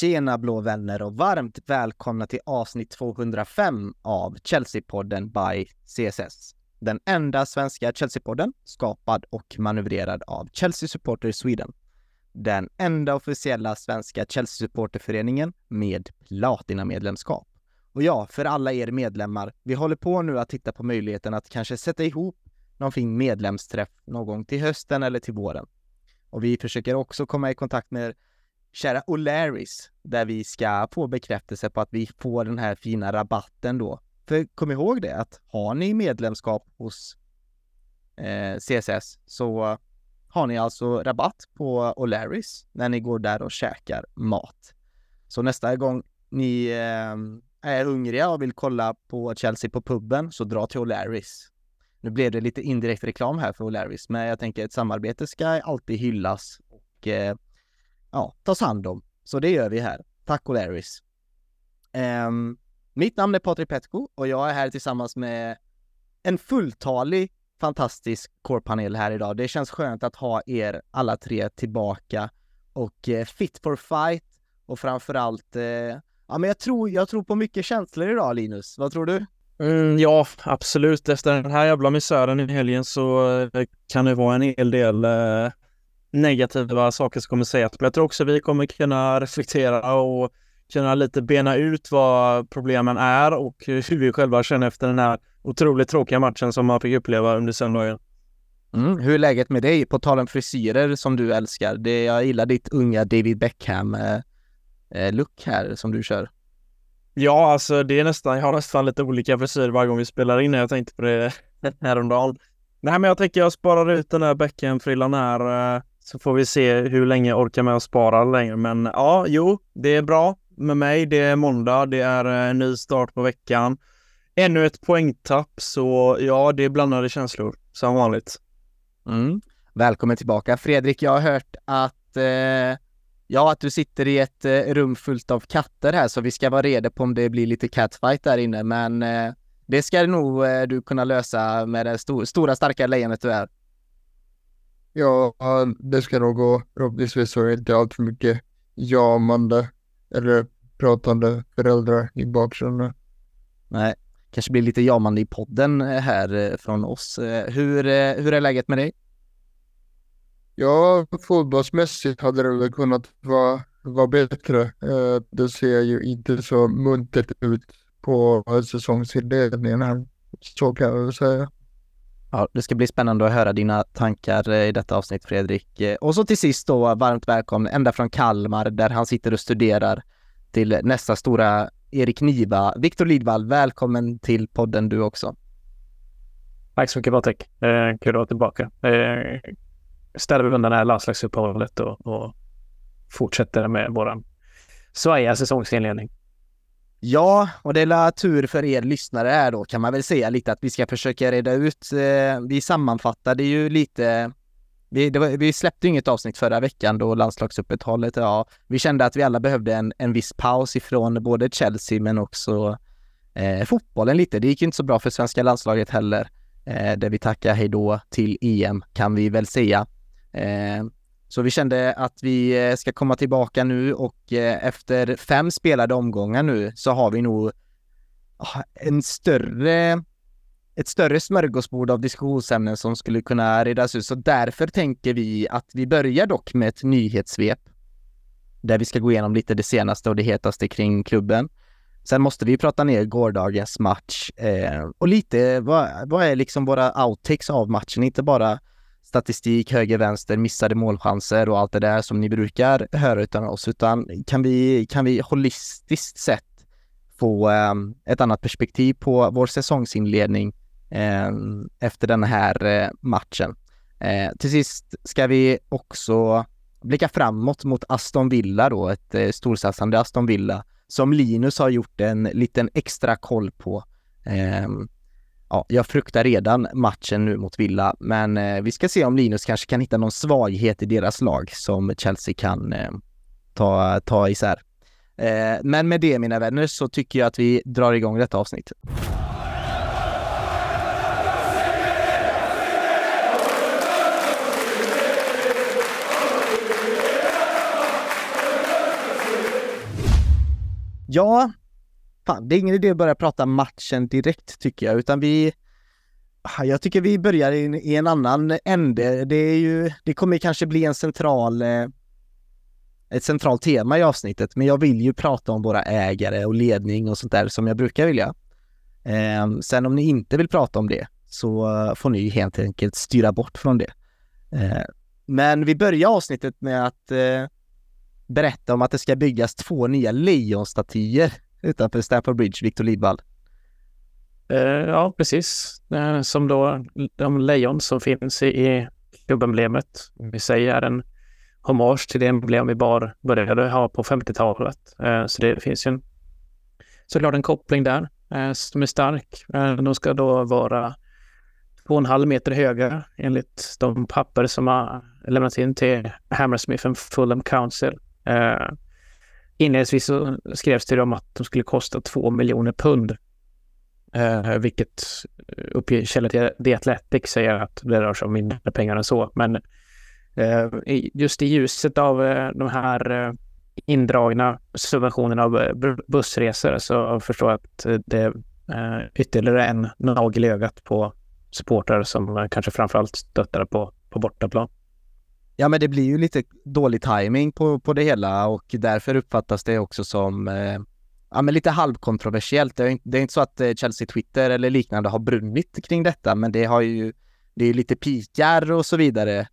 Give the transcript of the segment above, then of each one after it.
Tjena blå vänner och varmt välkomna till avsnitt 205 av Chelsea-podden by CSS. Den enda svenska Chelsea-podden skapad och manövrerad av Chelsea Supporter Sweden. Den enda officiella svenska Chelsea-supporterföreningen med platinamedlemskap. Och ja, för alla er medlemmar, vi håller på nu att titta på möjligheten att kanske sätta ihop någon fin medlemsträff någon gång till hösten eller till våren. Och vi försöker också komma i kontakt med kära O'Larrys, där vi ska få bekräftelse på att vi får den här fina rabatten då. För kom ihåg det, att har ni medlemskap hos CSS så har ni alltså rabatt på O'Larrys när ni går där och käkar mat. Så nästa gång ni är hungriga och vill kolla på Chelsea på puben så dra till O'Larrys. Nu blev det lite indirekt reklam här för O'Larrys, men jag tänker att ett samarbete ska alltid hyllas och tas hand om. Så det gör vi här. Tack O'Larrys. Mitt namn är Patrik Petko och jag är här tillsammans med en fulltalig, fantastisk core-panel här idag. Det känns skönt att ha er alla tre tillbaka och fit for fight och framförallt men jag tror på mycket känslor idag, Linus. Vad tror du? Ja, absolut. Efter den här jävla missären i helgen så kan det vara en hel del negativa saker som kommer sägas. Men jag tror också vi kommer kunna reflektera och kunna lite bena ut vad problemen är och hur vi själva känner efter den här otroligt tråkiga matchen som man fick uppleva under söndagen. Hur är läget med dig? På tal om frisyrer som du älskar. Jag gillar ditt unga David Beckham look här som du kör. Ja, alltså det är jag har nästan lite olika frisyrer varje gång vi spelar in. Jag tänkte på det häromdagen. Nej, men jag tänker jag sparar ut den här Beckham-frillan här så får vi se hur länge jag orkar med att spara längre. Men ja, det är bra med mig. Det är måndag, det är en ny start på veckan. Ännu ett poängtapp, så ja, det är blandade känslor som vanligt. Välkommen tillbaka. Fredrik, jag har hört att att du sitter i ett rum fullt av katter här, så vi ska vara redo på om det blir lite catfight där inne, men det ska nog du kunna lösa med det stora starka lejonet du är. Ja, det ska nog gå. Förhoppningsvis så är det inte allt för mycket jamande eller pratande föräldrar i bakgrunden. Nej, kanske blir lite jamande i podden här från oss. Hur är läget med dig? Ja, fotbollsmässigt hade det väl kunnat vara bättre. Det ser ju inte så muntert ut på säsongsinledningen här. Så kan jag väl säga. Ja, det ska bli spännande att höra dina tankar i detta avsnitt, Fredrik. Och så till sist då, varmt välkommen ända från Kalmar där han sitter och studerar till nästa stora Erik Niva. Viktor Lidvall, välkommen till podden du också. Tack så mycket, Patrik. Kul att vara tillbaka. Ställer vi undan det här landslagsuppehållet och fortsätter med våran svajiga säsongsinledning. Ja, och det är tur för er lyssnare här då, kan man väl säga lite att vi ska försöka reda ut. Vi sammanfattade ju lite, vi släppte inget avsnitt förra veckan då landslagsuppehållet, vi kände att vi alla behövde en viss paus ifrån både Chelsea men också fotbollen lite. Det gick ju inte så bra för svenska landslaget heller, där vi tackar hej då till EM kan vi väl säga. Så vi kände att vi ska komma tillbaka nu och efter 5 spelade omgångar nu så har vi nog ett större smörgåsbord av diskussionsämnen som skulle kunna redas ut. Så därför tänker vi att vi börjar dock med ett nyhetssvep där vi ska gå igenom lite det senaste och det hetaste kring klubben. Sen måste vi prata ner gårdagens match och lite vad är liksom våra outtakes av matchen, inte bara statistik, höger, vänster, missade målchanser och allt det där som ni brukar höra utan oss, utan kan vi holistiskt sett få ett annat perspektiv på vår säsongsinledning efter den här matchen. Till sist ska vi också blicka framåt mot Aston Villa då, ett storsatsande Aston Villa som Linus har gjort en liten extra koll på. Jag fruktar redan matchen nu mot Villa, men vi ska se om Linus kanske kan hitta någon svaghet i deras lag som Chelsea kan ta isär. Men med det, mina vänner, så tycker jag att vi drar igång detta avsnitt. Ja, fan, det är ingen idé att börja prata matchen direkt tycker jag, utan jag tycker vi börjar i en annan ände. Det kommer kanske bli ett centralt tema i avsnittet, men jag vill ju prata om våra ägare och ledning och sånt där som jag brukar vilja. Sen om ni inte vill prata om det så får ni helt enkelt styra bort från det. Men vi börjar avsnittet med att berätta om att det ska byggas 2 nya lejonstatyer utanför Stamford Bridge, Victor Lidvall. Ja, precis. Som då de lejon som finns i klubbemblemet. Vi säger är en hommage till det emblem vi började ha på 50-talet. Så det finns ju såklart en koppling där som är stark. De ska då vara 2,5 meter höga enligt de papper som har lämnats in till Hammersmith and Fulham Council. Inledningsvis så skrevs det om att de skulle kosta 2 miljoner pund. Vilket uppkällor till The Athletic säger att det rör sig om mindre pengar än så. Men just i ljuset av de här indragna subventionerna av bussresor så förstår jag att det är ytterligare en nagel i ögat på supportrar som kanske framförallt stöttar på bortaplan. Ja, men det blir ju lite dålig timing på det hela och därför uppfattas det också som men lite halvkontroversiellt. Det är inte så att Chelsea Twitter eller liknande har brunnit kring detta, men det är lite pikar och så vidare.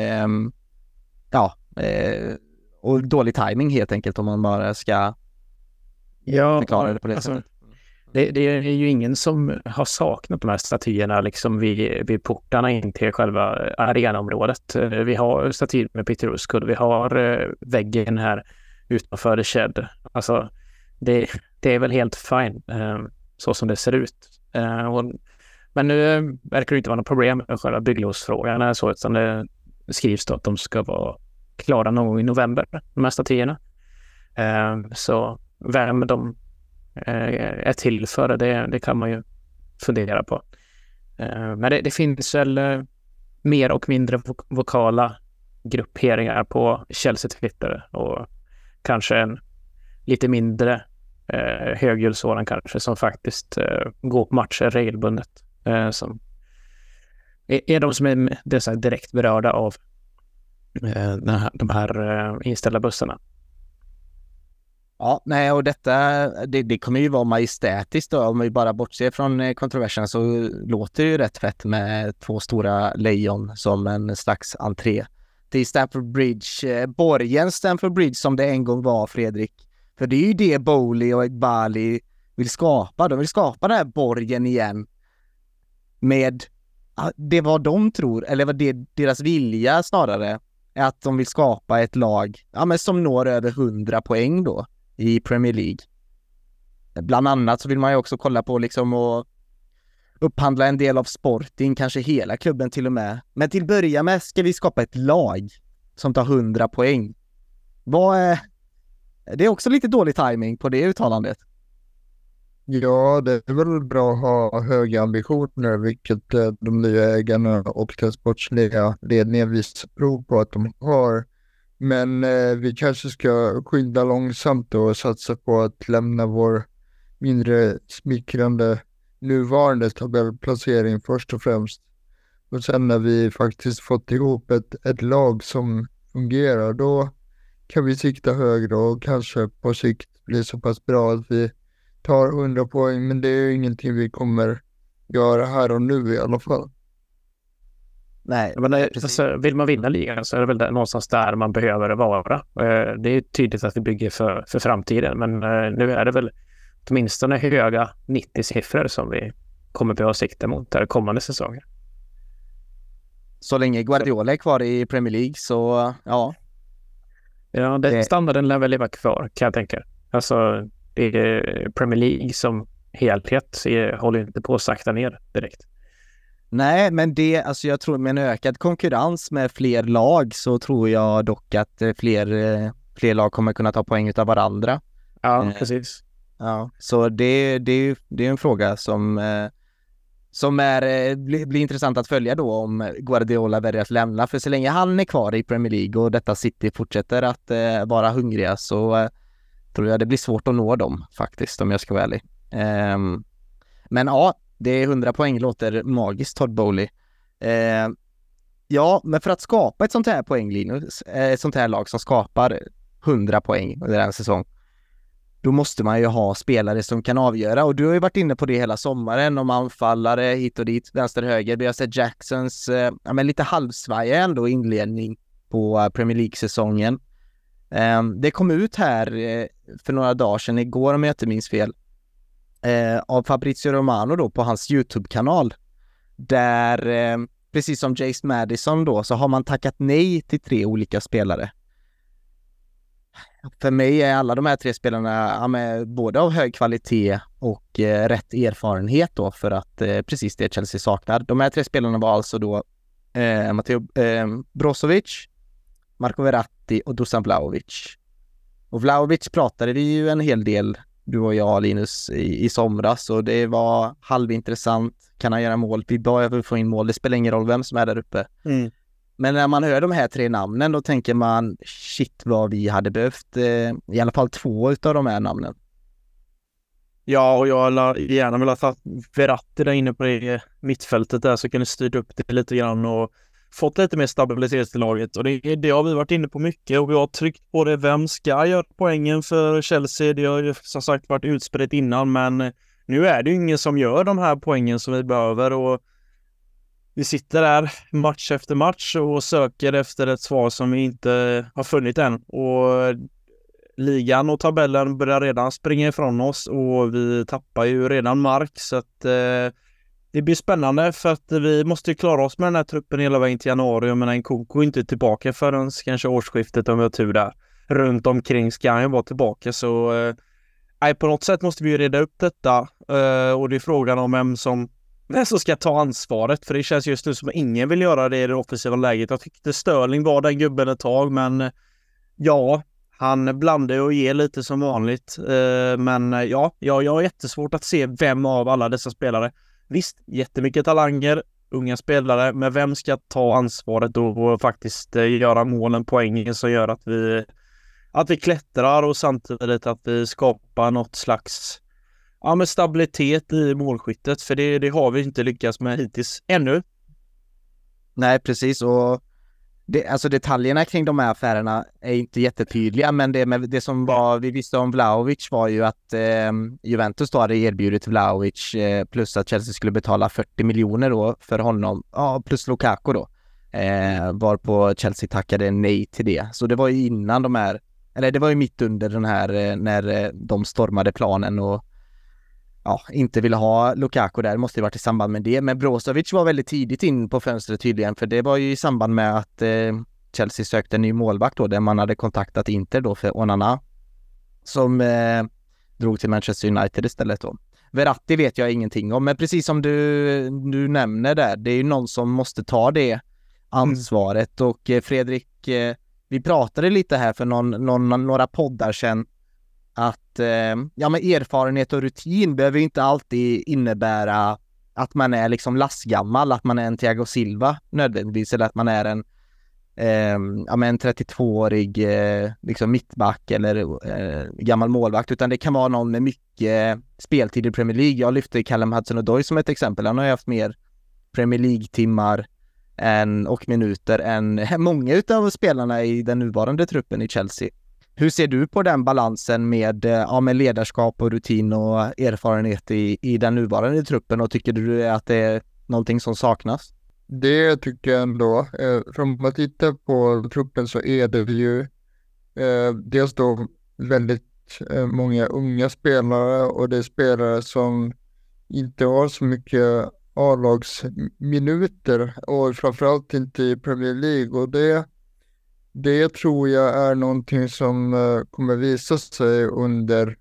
Och dålig timing helt enkelt om man bara ska förklara det på det sättet. Det är ju ingen som har saknat de här statyerna liksom vid portarna in till själva arenaområdet. Vi har statyer med Peter Ruskud, vi har väggen här utanför The Shed. Alltså, det är väl helt fine så som det ser ut. Men nu verkar det inte vara något problem med själva bygglovsfrågan så, utan det skrivs då att de ska vara klara någon gång i november, de här statyerna. Så vem de är till för det kan man ju fundera på. Men det finns väl mer och mindre vokala grupperingar på Chelsea Twitter och kanske en lite mindre högljudd sådan kanske som faktiskt går på matcher regelbundet som är de som är direkt berörda av de här inställda bussarna. Ja, nej, och det kommer ju vara majestätiskt då. Om vi bara bortser från kontroversen så låter det ju rätt fett med 2 stora lejon som en slags entré till Stamford Bridge, borgen Stamford Bridge som det en gång var, Fredrik. För det är ju det Bowley och Eghbali vill skapa. De vill skapa den här borgen igen med det vad de tror, eller vad deras vilja snarare är, att de vill skapa ett lag men som når över 100 poäng då i Premier League. Bland annat så vill man ju också kolla på liksom att upphandla en del av Sporting, kanske hela klubben till och med. Men till börja med ska vi skapa ett lag som tar 100 poäng. Det är också lite dålig timing på det uttalandet. Ja, det är väl bra att ha höga ambitioner, vilket de nya ägarna och den sportsliga ledningen visar prov på att de har. Men vi kanske ska skynda långsamt och satsa på att lämna vår mindre smickrande nuvarande tabellplacering först och främst. Och sen när vi faktiskt fått ihop ett lag som fungerar, då kan vi sikta högre och kanske på sikt bli så pass bra att vi tar 100 poäng. Men det är ju ingenting vi kommer göra här och nu i alla fall. Nej, men alltså, vill man vinna ligan så är det väl någonstans där man behöver vara. Det är tydligt att vi bygger för framtiden, men nu är det väl åtminstone höga 90-siffror som vi kommer behöva sikta mot där kommande säsonger. Så länge Guardiola är kvar i Premier League så ja. Ja, standarden lär väl leva kvar, kan jag tänka. Alltså, det är Premier League som helhet håller inte på att sakta ner direkt. Nej, men jag tror med en ökad konkurrens med fler lag så tror jag dock att fler lag kommer kunna ta poäng utav varandra. Ja, precis. Ja, så det är en fråga som blir intressant att följa då om Guardiola väljer att lämna. För så länge han är kvar i Premier League och detta City fortsätter att vara hungriga så tror jag det blir svårt att nå dem faktiskt, om jag ska vara ärlig. Men ja, det är 100 poäng, låter magiskt, Todd Bowley. Ja, men för att skapa ett sånt här poäng, Linus, ett sånt här lag som skapar 100 poäng under en säsong, då måste man ju ha spelare som kan avgöra. Och du har ju varit inne på det hela sommaren, om anfallare hit och dit, vänster höger. Vi har sett Jacksons lite halvsvaja ändå inledning på Premier League-säsongen. Det kom ut här för några dagar sedan, igår om jag inte minns fel, av Fabrizio Romano då på hans YouTube-kanal, där precis som Jace Madison då, så har man tackat nej till 3 olika spelare. För mig är alla de här 3 spelarna både av hög kvalitet och rätt erfarenhet då, för att precis det Chelsea saknar. De här 3 spelarna var alltså då Matteo Brozovic, Marco Verratti och Dusan Vlahovic. Och Vlahovic pratade vi ju en hel del, du och jag, Linus, i somras, och det var halvintressant. Kan han göra mål? Vi behöver få in mål. Det spelar ingen roll vem som är där uppe. Men när man hör de här 3 namnen, då tänker man shit vad vi hade behövt i alla fall 2 utav de här namnen. Ja, och jag gärna vill ha Verratti där inne på det mittfältet där, så kan det styra upp det lite grann och fått lite mer stabilitet till laget. Och det har vi varit inne på mycket, och vi har tryckt på det. Vem ska göra poängen för Chelsea? Det har ju som sagt varit utspritt innan, men nu är det ju ingen som gör de här poängen som vi behöver, och vi sitter där match efter match och söker efter ett svar som vi inte har funnit än. Och ligan och tabellen börjar redan springa ifrån oss, och vi tappar ju redan mark, så att det blir spännande, för att vi måste ju klara oss med den här truppen hela vägen till januari. Jag menar, Nkunku är inte tillbaka förrän kanske årsskiftet, om vi har tur där. Runt omkring ska han ju vara tillbaka, så på något sätt måste vi ju reda upp detta, och det är frågan om vem som ska ta ansvaret, för det känns just nu som att ingen vill göra det i det offensiva läget. Jag tyckte Sterling var den gubben ett tag, men ja, han blandar och ger lite som vanligt. Men ja, jag har jättesvårt att se vem av alla dessa spelare. Visst, jättemycket talanger, unga spelare, men vem ska ta ansvaret och faktiskt göra målen, poängen som gör att vi klättrar, och samtidigt att vi skapar något slags med stabilitet i målskyttet, för det har vi inte lyckats med hittills ännu. Nej, precis, och alltså detaljerna kring de här affärerna är inte jättetydliga, men det som vi visste om Vlahovic var ju att Juventus då hade erbjudit Vlahovic plus att Chelsea skulle betala 40 miljoner då för honom, plus Lukaku då, varpå Chelsea tackade nej till det. Så det var ju innan det var ju mitt under den här när de stormade planen och inte ville ha Lukaku där. Det måste ju varit i samband med det. Men Brozovic var väldigt tidigt in på fönstret tydligen, för det var ju i samband med att Chelsea sökte en ny målvakt då, där man hade kontaktat Inter då för Onana, som drog till Manchester United istället då. Verratti vet jag ingenting om, men precis som du nämner där, det är ju någon som måste ta det ansvaret. Och Fredrik, vi pratade lite här för några poddar sedan att men erfarenhet och rutin behöver inte alltid innebära att man är liksom lastgammal, att man är en Thiago Silva nödvändigtvis, eller att man är en 32-årig liksom mittback eller gammal målvakt, utan det kan vara någon med mycket speltid i Premier League. Jag lyfter Callum Hudson-Odoi som ett exempel. Han har ju haft mer Premier League-timmar och minuter än många utav spelarna i den nuvarande truppen i Chelsea. Hur ser du på den balansen med ledarskap och rutin och erfarenhet i den nuvarande truppen, och tycker du att det är någonting som saknas? Det tycker jag ändå. Om man tittar på truppen så är det ju dels då väldigt många unga spelare, och det är spelare som inte har så mycket A-lagsminuter, och framförallt inte i Premier League, och det tror jag är någonting som kommer visa sig under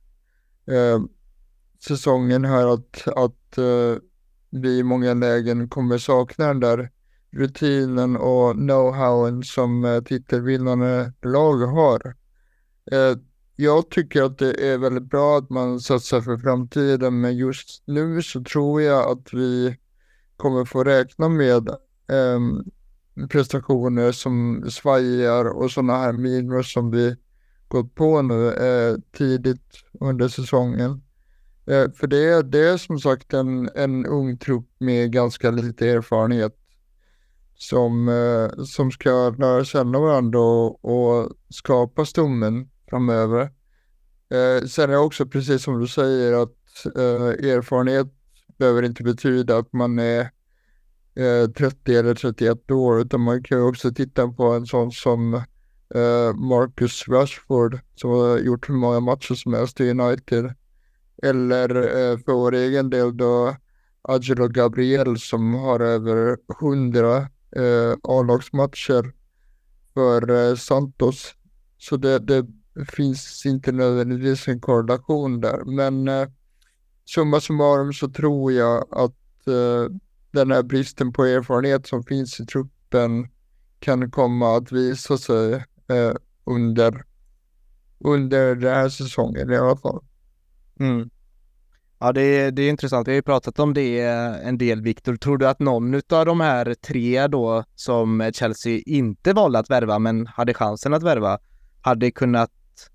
säsongen här, att vi i många lägen kommer sakna den där rutinen och know-howen som titelvinnande lag har. Jag tycker att det är väldigt bra att man satsar för framtiden, men just nu så tror jag att vi kommer få räkna med prestationer som svajar och sådana här minus som vi gått på nu tidigt under säsongen. För det är som sagt en ung trupp med ganska lite erfarenhet som ska lära känna varandra och skapa stommen framöver. Sen är det också precis som du säger att erfarenhet behöver inte betyda att man är 30 eller 31 år, utan man kan ju också titta på en sån som Marcus Rashford som har gjort hur många matcher som helst i United. Eller för vår egen del då Angelo Gabriel som har över 100 A-lagsmatcher för Santos. Så det finns inte nödvändigtvis en korrelation där. Men summa summarum så tror jag att den här bristen på erfarenhet som finns i truppen kan komma att visa sig under den här säsongen i alla fall. Mm. Ja, det är intressant. Vi har ju pratat om det en del, Viktor. Tror du att någon av de här tre då som Chelsea inte valde att värva men hade chansen att värva hade kunnat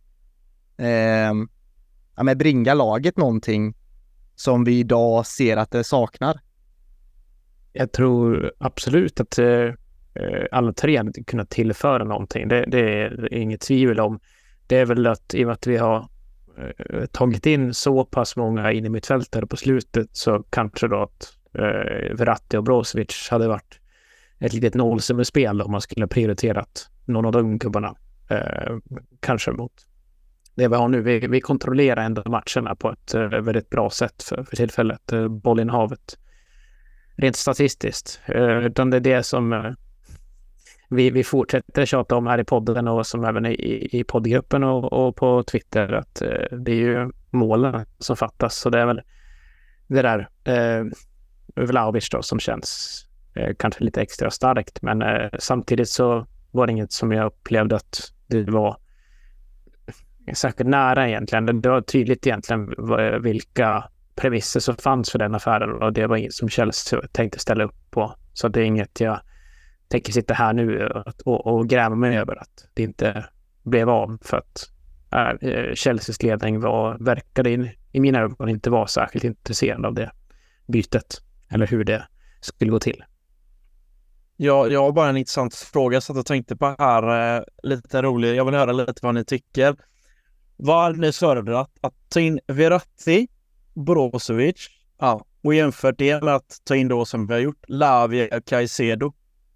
bringa laget någonting som vi idag ser att det saknar? Jag tror absolut att alla tre hade kunnat tillföra någonting. Det är inget tvivel om. Det är väl att i och med att vi har tagit in så pass många in i mittfältare på slutet så kanske då att Verratti och Brozovic hade varit ett litet nollsummespel om man skulle ha prioriterat någon av de gubbarna kanske mot det vi har nu. Vi kontrollerar ändå matcherna på ett väldigt bra sätt för tillfället, bollinnehavet rent statistiskt. Utan det är det som vi fortsätter tjata om här i podden och som även i poddgruppen och på Twitter, att det är ju målen som fattas. Så det är väl det där Vlahovic då som känns kanske lite extra starkt, men samtidigt så var det inget som jag upplevde att det var särskilt nära egentligen. Det var tydligt egentligen vilka premisser som fanns för den affären och det var inget som Chelsea tänkte ställa upp på. Så det är inget jag tänker sitta här nu och gräva mig över att det inte blev av, för att Chelseas ledning verkade i mina ögon inte vara särskilt intresserad av det bytet eller hur det skulle gå till. Ja, jag har bara en intressant fråga så att jag tänkte på här, lite rolig. Jag vill höra lite vad ni tycker. Vad hade ni föredragit? Att ta in Verratti, Brozovic och jämfört det med att ta in då som vi har gjort Lavia och Caicedo?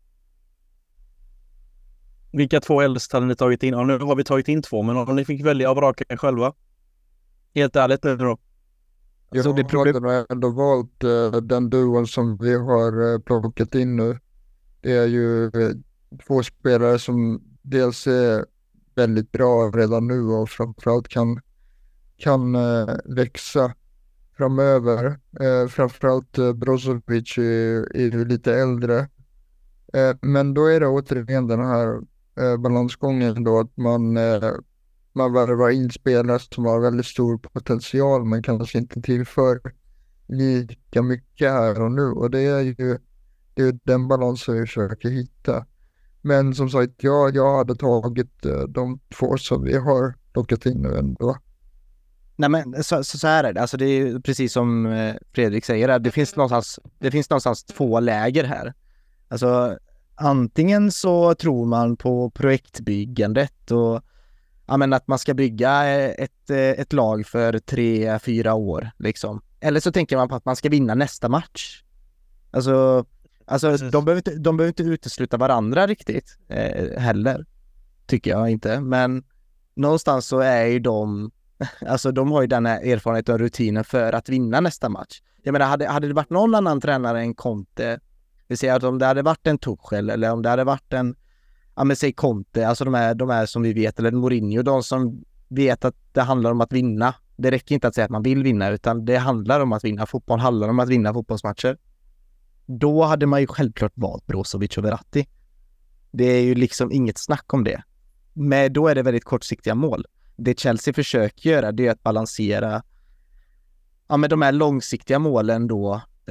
Vilka två äldst hade ni tagit in? Ja, nu har vi tagit in två, men om ni fick välja av raka själva. Helt ärligt nu då. Jag hade ändå valt den duon som vi har plockat in nu. Det är ju två spelare som dels är väldigt bra redan nu och framförallt kan växa framöver. Framförallt Brozovic är ju lite äldre. Men då är det återigen den här balansgången då att man värvar in spelare som har väldigt stor potential men kanske inte tillför lika mycket här och nu. Och det är ju den balansen vi försöker hitta. Men som sagt, jag hade tagit de två som vi har plockat in nu ändå. Nej, men så här är det. Alltså det är precis som Fredrik säger. Det finns någonstans två läger här. Alltså antingen så tror man på projektbyggandet och att man ska bygga ett lag för 3-4 år liksom. Eller så tänker man på att man ska vinna nästa match. Alltså de behöver inte utesluta varandra riktigt heller, tycker jag inte. Men någonstans så är ju de har ju den här erfarenheten och rutinen för att vinna nästa match. Jag menar, hade det varit någon annan tränare än Conte, vi säger att om det hade varit en Tuchel eller om det hade varit en säg Conte, alltså de här som vi vet, eller Mourinho, de som vet att det handlar om att vinna. Det räcker inte att säga att man vill vinna, utan det handlar om att vinna. Fotboll handlar om att vinna fotbollsmatcher. Då hade man ju självklart valt Brozovic och Verratti. Det är ju liksom inget snack om det. Men då är det väldigt kortsiktiga mål. Det Chelsea försöker göra, det är att balansera de här långsiktiga målen då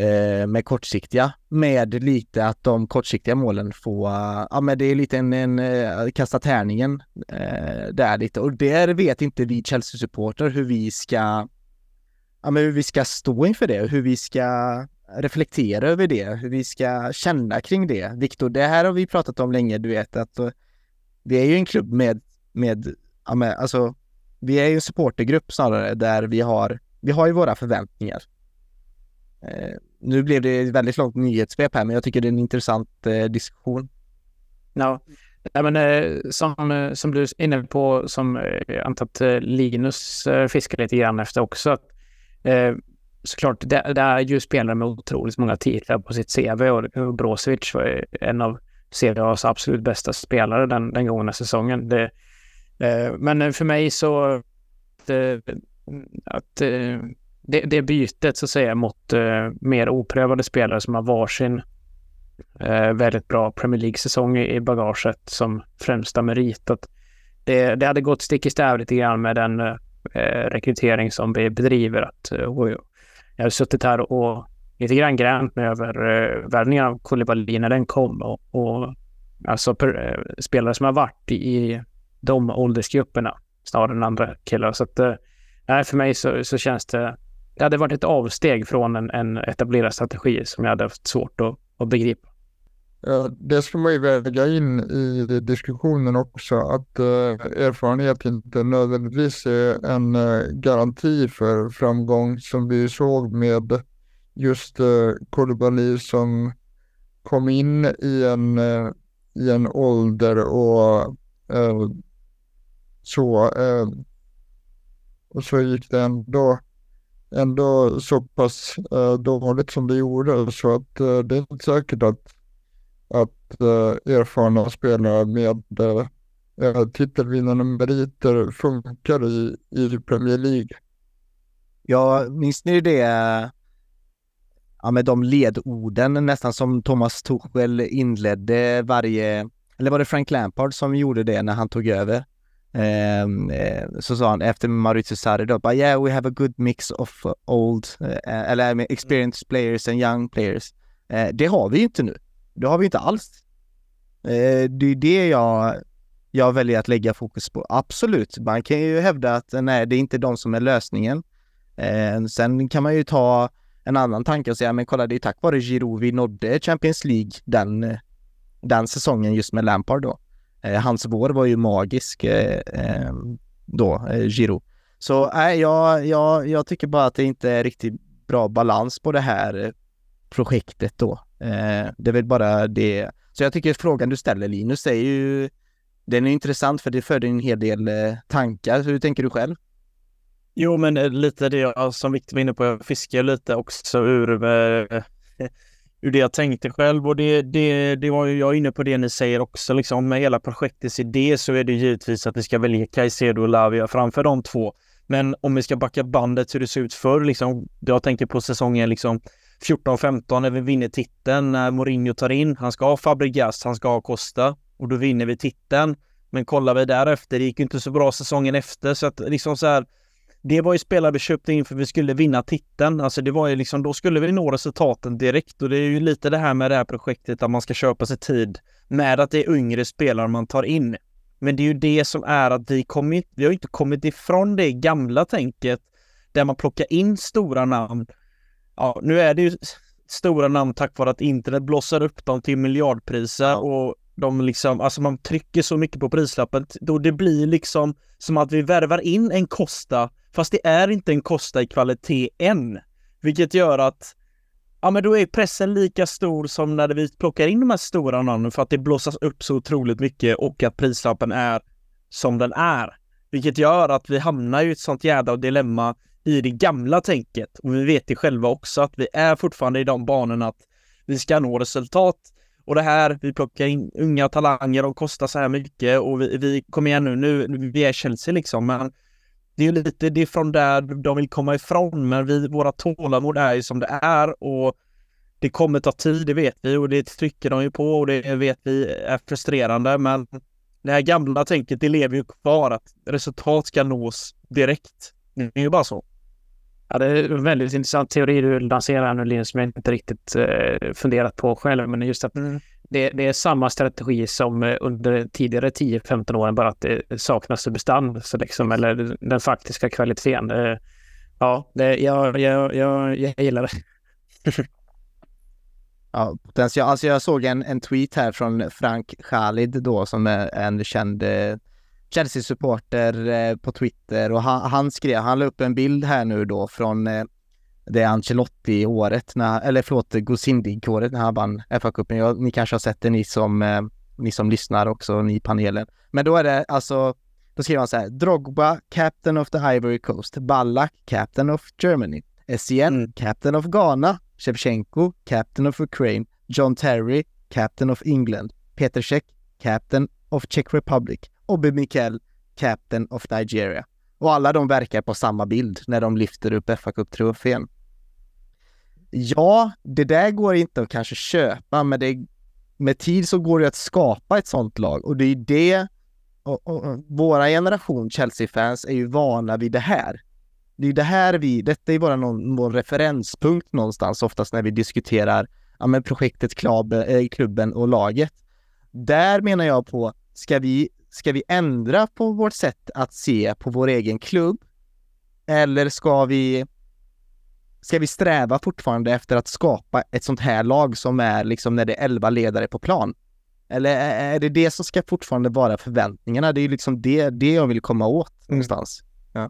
med kortsiktiga, med lite att de kortsiktiga målen får, men det är lite en kasta tärningen där lite, och där vet inte vi Chelsea-supporter hur vi ska stå inför det, hur vi ska reflektera över det, hur vi ska känna kring det. Viktor, det här har vi pratat om länge, du vet att vi är ju en klubb alltså vi är ju en supportergrupp snarare, där vi har ju våra förväntningar. Nu blev det ett väldigt långt nyhetssvep här, men jag tycker det är en intressant diskussion. Ja, men som du är inne på, som jag antar att Linus fiskar lite grann efter också, att såklart det är ju spelare med otroligt många titlar på sitt CV, och Brozovic var en av Serie A's absolut bästa spelare den gångna säsongen. Men för mig så att det bytet så att säga mot mer oprövade spelare som har varsin väldigt bra Premier League-säsong i bagaget som främsta merit, att det hade gått stick i stäv lite grann med den rekrytering som vi bedriver. Jag har suttit här och lite grann gränt med över värvningen av Koulibaly när den kom, och alltså spelare som har varit i de åldersgrupperna snarare än andra killar. Så att för mig så känns det hade varit ett avsteg från en etablerad strategi som jag hade haft svårt att begripa. Ja, det ska man ju väga in i diskussionen också, att erfarenhet inte nödvändigtvis är en garanti för framgång, som vi såg med just Koulibaly som kom in i en ålder och så gick det ändå så pass dåligt som det gjorde, så att det är inte säkert att erfarna spelare med titelvinnande meriter funkar i Premier League. Ja, minns ni det? Ja, med de ledorden nästan som Thomas Tuchel inledde eller var det Frank Lampard som gjorde det när han tog över? Så sa han efter Maurizio Sarri då, but yeah, we have a good mix of old eller experienced players and young players. Det har vi inte nu. Det har vi inte alls. Det är det jag väljer att lägga fokus på. Absolut, man kan ju hävda att nej, det är inte de som är lösningen. Sen kan man ju ta en annan tanke och säga, men kolla, det är tack vare Giroud vi nådde Champions League den säsongen just med Lampard då. Hans vår var ju magisk då, Giroud. Så jag tycker bara att det inte är riktigt bra balans på det här projektet då. Det är väl bara det. Så jag tycker frågan du ställer, Linus, är ju, den är intressant för det föder en hel del tankar. Hur tänker du själv? Jo, men lite det som Victor var inne på, jag fiskar lite också ur det jag tänkte själv, och det var ju jag inne på det ni säger också, liksom med hela projektets idé så är det givetvis att vi ska välja Caicedo och Lavia framför de två. Men om vi ska backa bandet hur det ser ut förr, liksom, jag tänker på säsongen liksom 14-15 när vi vinner titeln, när Mourinho tar in, han ska ha Fabregas, han ska ha Costa, och då vinner vi titeln. Men kollar vi därefter, det gick ju inte så bra säsongen efter, så att liksom så här, det var ju spelare vi köpte in för vi skulle vinna titeln. Alltså det var ju liksom, då skulle vi nå resultaten direkt, och det är ju lite det här med det här projektet att man ska köpa sig tid med att det är yngre spelare man tar in. Men det är ju det som är att vi har inte kommit ifrån det gamla tänket där man plockar in stora namn. Ja, nu är det ju stora namn tack vare att internet blossar upp dem till miljardpriser, och de liksom, alltså man trycker så mycket på prislappen då det blir liksom som att vi värvar in en Costa, fast det är inte en Costa i kvalitet än, vilket gör att men då är pressen lika stor som när vi plockar in de här stora namnen, för att det blossas upp så otroligt mycket och att prislappen är som den är, vilket gör att vi hamnar i ett sånt jävla dilemma i det gamla tänket, och vi vet det själva också att vi är fortfarande i de banorna att vi ska nå resultat. Och det här, vi plockar in unga talanger och kostar så här mycket, och vi kommer igen nu vi är Chelsea liksom, men det är ju lite det från där de vill komma ifrån, men våra tålamod är ju som det är, och det kommer ta tid, det vet vi, och det trycker de ju på, och det vet vi är frustrerande, men det här gamla tänket, det lever ju kvar, att resultat ska nås direkt. Det är ju bara så. Ja, det är en väldigt intressant teori du lanserar här nu, Linus, som jag inte riktigt funderat på själv. Men just att det är samma strategi som under tidigare 10-15 åren, bara att det saknas substans liksom, eller den faktiska kvaliteten. Jag gillar det. Ja, potential. Alltså jag såg en tweet här från Frank Khalid då, som är en känd Chelsea-supporter på Twitter, och han la upp en bild här nu då från det Ancelotti-året, Goscindig-året när han vann FA-cupen. Ni kanske har sett det, ni som lyssnar också, ni i panelen. Men då är det alltså, då skriver han så här: Drogba, captain of the Ivory Coast; Ballack, captain of Germany; Essien, captain of Ghana; Shevchenko, captain of Ukraine; John Terry, captain of England; Petr Cech, captain of Czech Republic; Obi Mikel, captain of Nigeria. Och alla de verkar på samma bild när de lyfter upp FA-cup-trofén. Ja, det där går inte att kanske köpa, men med tid så går det att skapa ett sånt lag. Och det är det, och våra generation Chelsea-fans är ju vana vid det här. Det är det här detta är bara vår referenspunkt någonstans oftast när vi diskuterar projektet, klubben och laget. Där menar jag på, ska vi ändra på vårt sätt att se på vår egen klubb, eller ska vi sträva fortfarande efter att skapa ett sånt här lag som är liksom när det är 11 ledare på plan? Eller är det som ska fortfarande vara förväntningarna? Det är liksom det jag vill komma åt någonstans.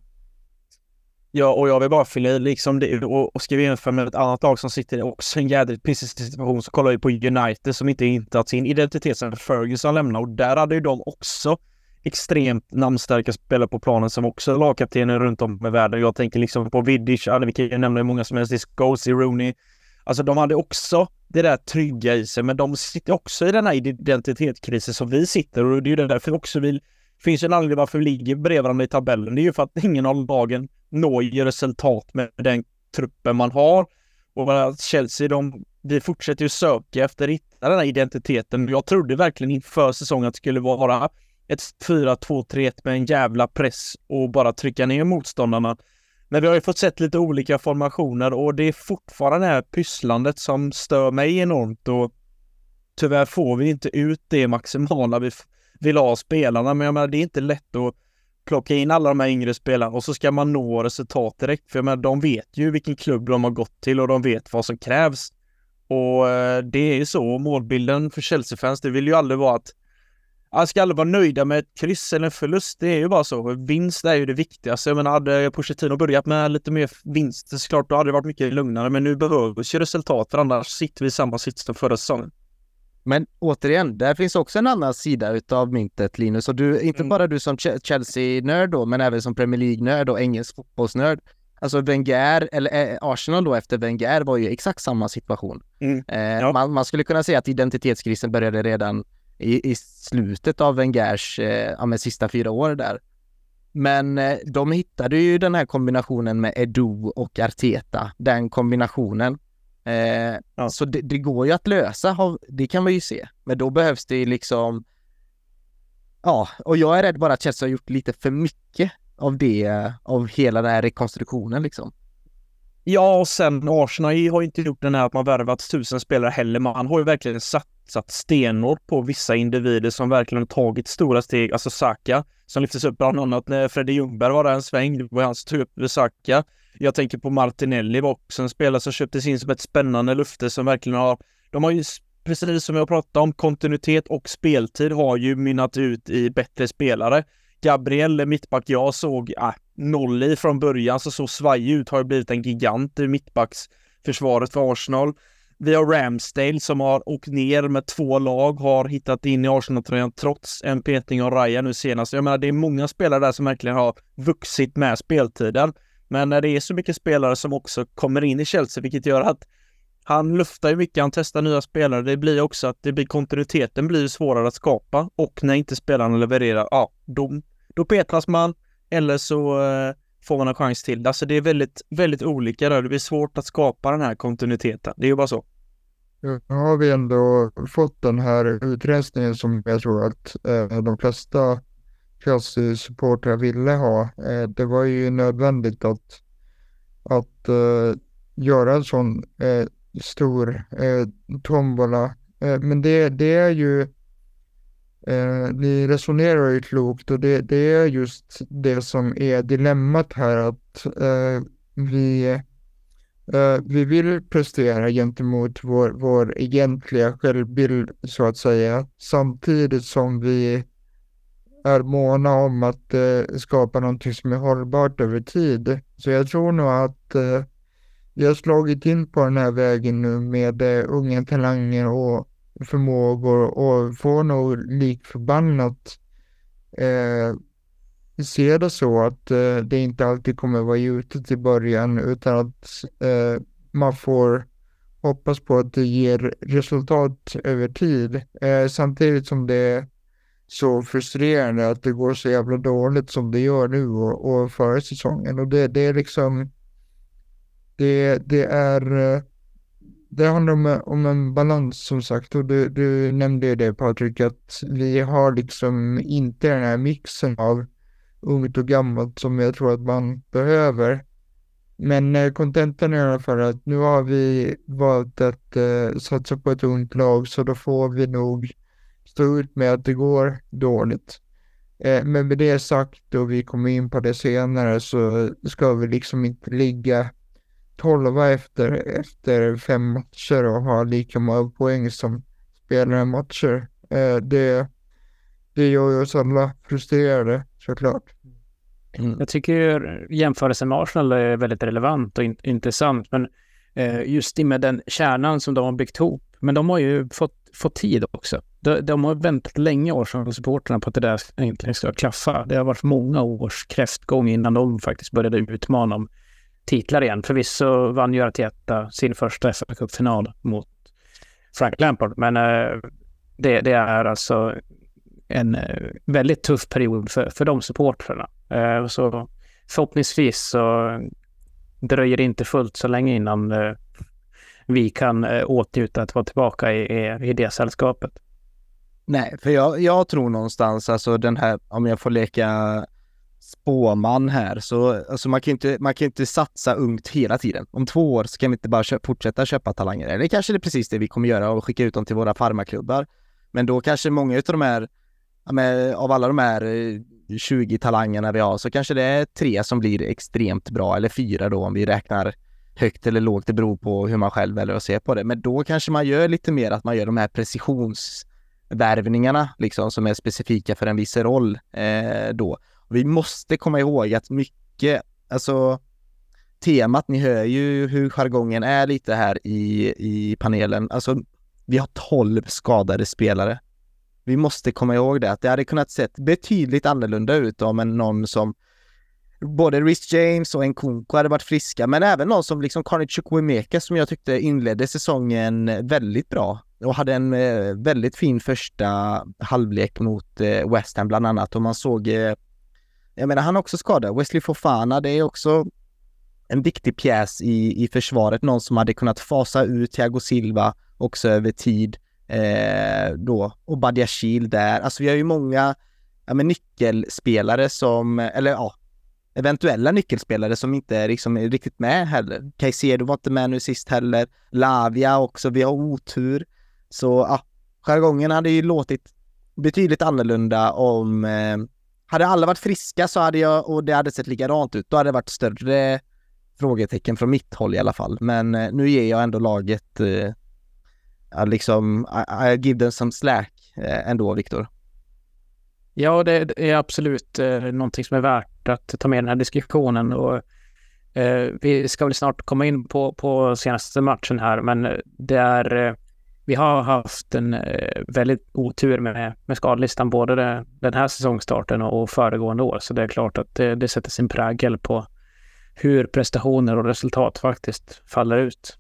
Ja, och jag vill bara fylla i liksom det, och ska vi jämföra med ett annat lag som sitter också i en jädrigt pissig situation, så kollar vi på United som inte hittat sin identitet sedan Ferguson lämnade, och där hade ju de också extremt namnstarka spelare på planen som också är lagkaptener runt om i världen. Jag tänker liksom på Vidic, vi kan ju nämna många som helst, Scholes, Rooney. Alltså de hade också det där trygga i sig, men de sitter också i den här identitetskrisen som vi sitter, och det är ju därför också finns en anledning varför vi ligger bredvid varandra i tabellen. Det är ju för att ingen av lagen når resultat med den truppen man har. Och Chelsea, vi fortsätter ju söka efter att hitta den här identiteten. Jag trodde verkligen inför säsongen att det skulle vara ett 4-2-3-1 med en jävla press och bara trycka ner motståndarna. Men vi har ju fått sett lite olika formationer, och det är fortfarande det här pysslandet som stör mig enormt, och tyvärr får vi inte ut det maximala vi vill ha spelarna. Men jag menar, det är inte lätt att plocka in alla de här yngre spelarna och så ska man nå resultat direkt, för jag menar, de vet ju vilken klubb de har gått till och de vet vad som krävs. Och det är ju så, målbilden för Chelsea-fans, det vill ju aldrig vara att jag ska aldrig vara nöjda med ett kryss eller en förlust. Det är ju bara så. Vinst är ju det viktigaste. Jag menar, hade Pochettino börjat med lite mer vinst, så klart då hade det varit mycket lugnare. Men nu behövs ju resultat, för annars sitter vi i samma sits som förra säsongen. Men återigen, där finns också en annan sida utav myntet, Linus. Och inte bara du som Chelsea-nörd då, men även som Premier League-nörd och engelsk fotbollsnörd. Alltså Wenger, eller Arsenal då efter Wenger, var ju exakt samma situation. Man skulle kunna säga att identitetskrisen började redan i slutet av Wengers sista 4 år där. Men de hittade ju den här kombinationen med Edu och Arteta, den kombinationen. Så det går ju att lösa, det kan man ju se. Men då behövs det liksom, och jag är rädd bara att Chelsea har gjort lite för mycket av hela den här rekonstruktionen liksom. Ja, och sen Arsenal har ju inte gjort den här att man värvat 1000 spelare heller. Man har ju verkligen satt stenhårt på vissa individer som verkligen tagit stora steg. Alltså Saka, som lyftes upp bland annat när Freddie Ljungberg var där en sväng. Det var hans tur upp Saka. Jag tänker på Martinelli, var också en spelare som köptes in som ett spännande lufte som verkligen de har ju, precis som jag pratade om, kontinuitet och speltid har ju mynnat ut i bättre spelare. Gabriel, mittback, jag såg noll från början, så svajig ut, har ju blivit en gigant i mittbacksförsvaret för Arsenal. Vi har Ramsdale som har åkt ner med 2 lag, har hittat in i Arsenal-tröjan trots en petning av Raya nu senast. Jag menar, det är många spelare där som verkligen har vuxit med speltiden. Men när det är så mycket spelare som också kommer in i Chelsea, vilket gör att han luftar ju mycket, han testar nya spelare. Det blir också att kontinuiteten blir svårare att skapa, och när inte spelarna levererar, då petras man, eller så får man en chans till. Alltså det är väldigt, väldigt olika där. Det blir svårt att skapa den här kontinuiteten. Det är ju bara så. Nu har vi ändå fått den här utrensningen som jag tror att de flesta Chelsea-supportrar ville ha. Det var ju nödvändigt att att göra en sån stor tombola. Men det är ju, ni resonerar ju klokt och det är just det som är dilemmat här, att vi vill prestera gentemot vår egentliga självbild så att säga, samtidigt som vi är måna om att skapa någonting som är hållbart över tid. Så jag tror nog att vi har slagit in på den här vägen nu med unga talanger och förmågor, och får nog likförbannat se det så att det inte alltid kommer vara gjutet i början, utan att man får hoppas på att det ger resultat över tid. Samtidigt som det är så frustrerande att det går så jävla dåligt som det gör nu och förra säsongen. Och det är liksom det handlar om en balans, som sagt, och du nämnde det, Patrik, att vi har liksom inte den här mixen av ungt och gammalt som jag tror att man behöver. Men kontentan är i alla fall att nu har vi valt att satsa på ett ungt lag, så då får vi nog stå ut med att det går dåligt. Men med det sagt, och vi kommer in på det senare, så ska vi liksom inte ligga 12 efter 5 matcher och ha lika många poäng som spelare matcher. Det gör ju oss alla frustrerade, såklart. Jag tycker jämförelsen med Arsenal är väldigt relevant och intressant, men just det med den kärnan som de har byggt ihop. Men de har ju fått tid också. De har väntat länge, Arsenal-supporterna, på att det där egentligen ska klaffa. Det har varit många års kräftgång innan de faktiskt började utmana om titlar igen. Förvisso vann ju Arteta sin första FA-cupfinal mot Frank Lampard, men det är alltså en väldigt tuff period för de supportrarna. Så förhoppningsvis så dröjer det inte fullt så länge innan vi kan åtnjuta att vara tillbaka i det sällskapet. Nej, för jag tror någonstans, alltså den här, om jag får leka spåman här, så alltså man kan inte satsa ungt hela tiden. Om 2 år så kan vi inte bara fortsätta köpa talanger. Eller kanske det är precis det vi kommer göra, och skicka ut dem till våra farmaklubbar. Men då kanske många utav de här, av alla de här 20 talangerna vi har, så kanske det är 3 som blir extremt bra, eller 4 då om vi räknar högt eller lågt, det beror på hur man själv väljer att se på det. Men då kanske man gör lite mer, att man gör de här precisionsvärvningarna liksom, som är specifika för en viss roll då. Och vi måste komma ihåg att mycket, alltså temat, ni hör ju hur jargongen är lite här i panelen. Alltså vi har 12 skadade spelare. Vi måste komma ihåg det, att det hade kunnat sett betydligt annorlunda ut om någon som både Reece James och Nkunku hade varit friska, men även någon som liksom Carney Chukwuemeka, som jag tyckte inledde säsongen väldigt bra och hade en väldigt fin första halvlek mot West Ham bland annat. Och man såg, jag menar, han också skadad. Wesley Fofana, det är också en viktig pjäs i försvaret, någon som hade kunnat fasa ut Thiago Silva också över tid då, och Badiashile där. Alltså vi har ju många nyckelspelare som, eller ja, eventuella nyckelspelare som inte är liksom riktigt med heller. Caicedo var inte med nu sist heller. Lavia också, vi har otur. Så ja, jargongen hade ju låtit betydligt annorlunda om hade alla varit friska, så hade jag, och det hade sett likadant ut, då hade det varit större frågetecken från mitt håll i alla fall. Men nu ger jag ändå laget liksom I give them some slack ändå, Viktor. Ja, det är absolut någonting som är värt att ta med i den här diskussionen, och vi ska väl snart komma in på senaste matchen här, men det är vi har haft en väldigt otur med skadelistan, både den här säsongstarten och föregående år, så det är klart att det sätter sin prägel på hur prestationer och resultat faktiskt faller ut.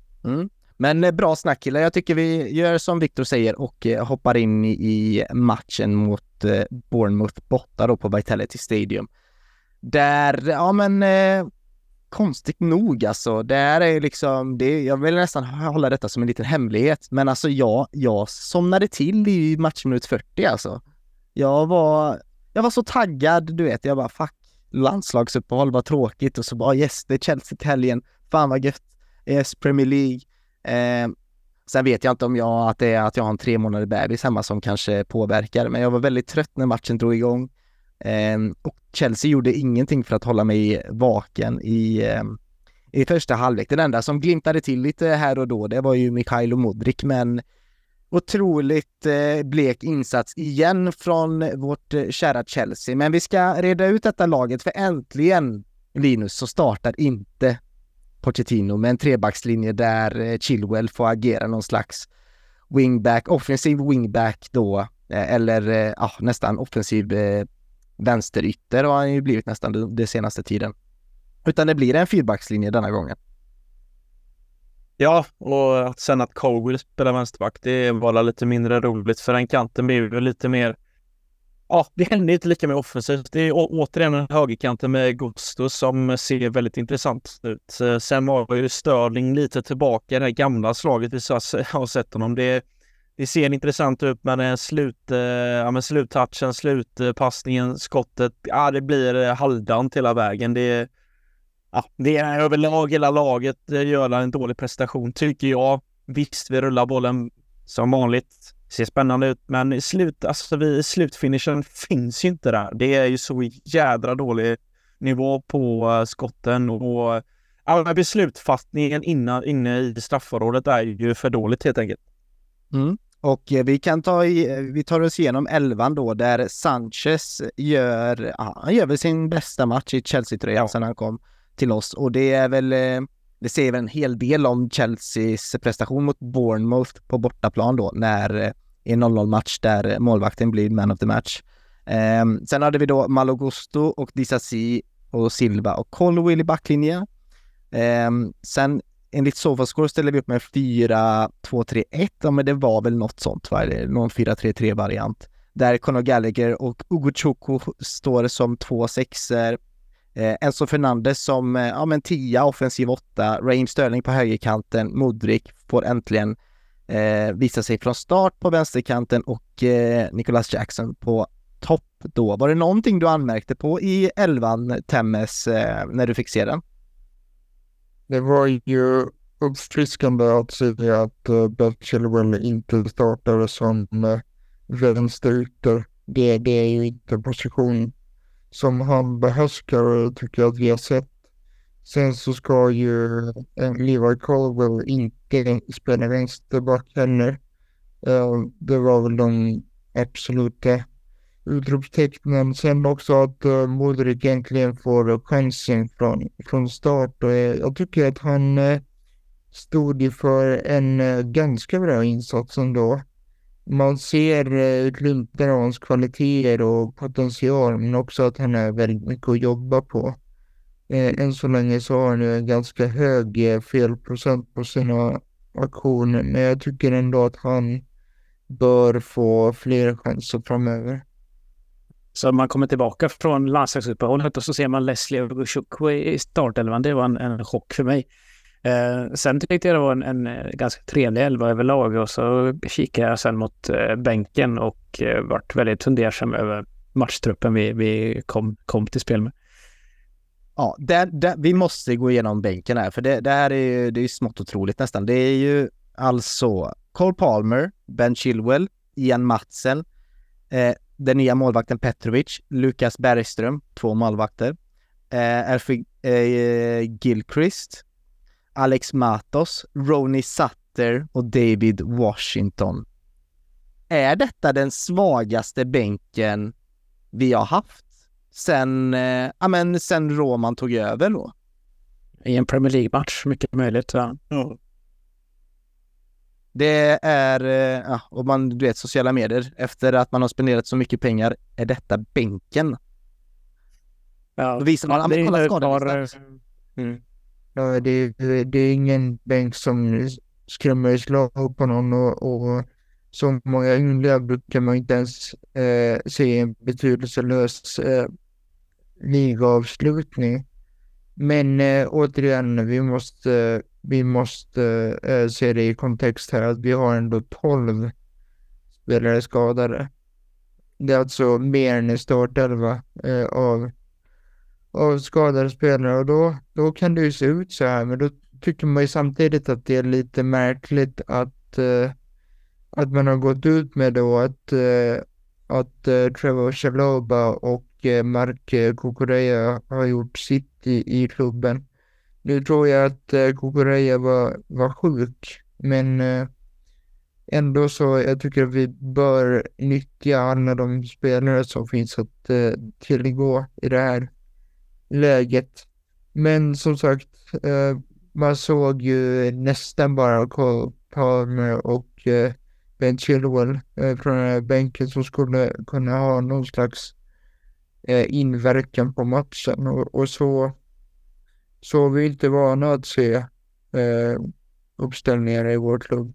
Men bra snack, killar. Jag tycker vi gör som Viktor säger och hoppar in i matchen mot Bournemouth borta då på Vitality Stadium. Där, ja men konstigt nog alltså, där är liksom det, jag vill nästan hålla detta som en liten hemlighet, men alltså jag somnade till i matchminut 40 alltså. Jag var så taggad, du vet, jag bara fuck, landslagsuppehåll, var tråkigt, och så bara yes, det är Chelsea till helgen, fan vad gött, yes, Premier League. Sen vet jag inte om att jag har en 3 månader bebis hemma som kanske påverkar, men jag var väldigt trött när matchen drog igång. Och Chelsea gjorde ingenting för att hålla mig vaken i första halvlek. Den enda som glimtade till lite här och då, det var ju Mikhailo Mudryk, men otroligt blek insats igen från vårt kära Chelsea. Men vi ska reda ut detta laget, för äntligen, Linus, så startar inte Pochettino med en trebackslinje där Chilwell får agera någon slags wingback, offensiv wingback då, eller nästan offensiv vänsterytter har han ju blivit nästan den senaste tiden. Utan det blir en fyrbackslinje denna gången. Ja, och att sen att Cole spelar vänsterback, det var lite mindre roligt, för den kanten blir ju lite mer, det händer inte lika med offensivt. Det är återigen en högerkanten med Gusto som ser väldigt intressant ut. Sen var ju Sterling lite tillbaka i det här gamla slaget vi har sett honom. Det ser intressant ut, men sluttouchen, slutpassningen, skottet, det blir halvdant hela vägen. Det är överlag hela laget gör en dålig prestation, tycker jag. Visst, vi rullar bollen som vanligt, ser spännande ut, men i slutfinishen finns ju inte där. Det är ju så jädra dålig nivå på skotten, och beslutfattningen inne i straffområdet är ju för dåligt helt enkelt. Och vi tar oss igenom 11 då, där Sanchez gör väl sin bästa match i Chelsea-tröjan sedan han kom till oss, och det är väl det säger väl en hel del om Chelseas prestation mot Bournemouth på bortaplan då, när i en 0-0 match där målvakten blir man of the match. Sen hade vi då Malo Gusto och Disasi och Silva och Colwill i backlinjen. Sen enligt Sofascore ställer vi upp med 4-2-3-1, men det var väl något sånt, någon 4-3-3-variant. Där Conor Gallagher och Ugo Chukwu står som 2-6-er. Enzo Fernandes som 10, offensiv 8, Raheem Sterling på högerkanten, Mudryk får äntligen visa sig från start på vänsterkanten, och Nicholas Jackson på topp då. Var det någonting du anmärkte på i 11:an, Temmes, när du fick se den? Det var ju uppfriskande att se att Ben Chilwell inte startade som vänsterytter. Det är ju inte position som han behärskar, tycker jag att vi har sett. Sen så ska ju Levi Colwill inte spela vänsterback heller. Det var väl de absoluta utropstecknen. Sen också att Mudryk egentligen får chansen från start. Och jag tycker att han stod för en ganska bra insats ändå. Man ser glimtar av hans kvaliteter och potential, men också att han har väldigt mycket att jobba på. Än så länge så har han ju en ganska hög felprocent på sina aktioner, men jag tycker ändå att han bör få fler chanser framöver. Så man kommer tillbaka från landslagsuppehållet och så ser man Leslie och Chukwu i startelvan. Det var en chock för mig. Sen tyckte jag det var en ganska trevlig elva överlag, och så kikade jag sen mot bänken och vart väldigt fundersam över matchtruppen vi kom till spel med. Ja, vi måste gå igenom bänken här, för det här är ju smått otroligt nästan. Det är ju alltså Cole Palmer, Ben Chilwell, Ian Madsen, den nya målvakten Petrovic, Lukas Bergström, 2 målvakter, Elfie Gilchrist, Alex Matos, Ronnie Sutter och David Washington. Är detta den svagaste bänken vi har haft sen Roman tog över då? I en Premier League-match, mycket möjligt. Ja. Det är, och du vet, sociala medier, efter att man har spenderat så mycket pengar, är detta bänken? Ja, då visar man, det kolla skadelistan. Ja, det är ingen bänk som skrämmer slag på någon, och så många ynglingar brukar man inte ens se en betydelselös ligaavslutning. Men återigen, vi måste se det i kontext här, att vi har ändå 12 spelare skadade. Det är alltså mer än en startelva av av skadade spelare och då kan det ju se ut så här, men då tycker man ju samtidigt att det är lite märkligt att man har gått ut med då att Trevor Chalobah och Mark Cucurella har gjort sitt i klubben. Nu tror jag att Cucurella var sjuk, men ändå så jag tycker att vi bör nyttja alla de spelare som finns att tillgå i det här läget. Men som sagt, man såg ju nästan bara Cole Palmer och Ben Chilwell från den här bänken som skulle kunna ha någon slags inverkan på matchen. Och så vi inte vana att se uppställningar i vår klubb.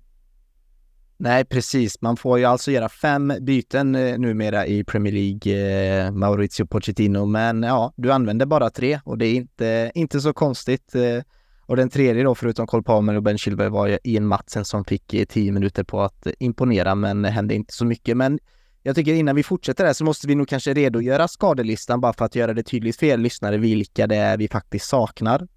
Nej, precis. Man får ju alltså göra 5 byten numera i Premier League, Mauricio Pochettino. Men ja, du använder bara 3 och det är inte så konstigt. Och den tredje då, förutom Cole Palmer och Ben Chilwell, var ju Ian Maatsen som fick 10 minuter på att imponera, men det hände inte så mycket. Men jag tycker innan vi fortsätter här så måste vi nog kanske redogöra skadelistan bara för att göra det tydligt för er lyssnare vilka det är vi faktiskt saknar.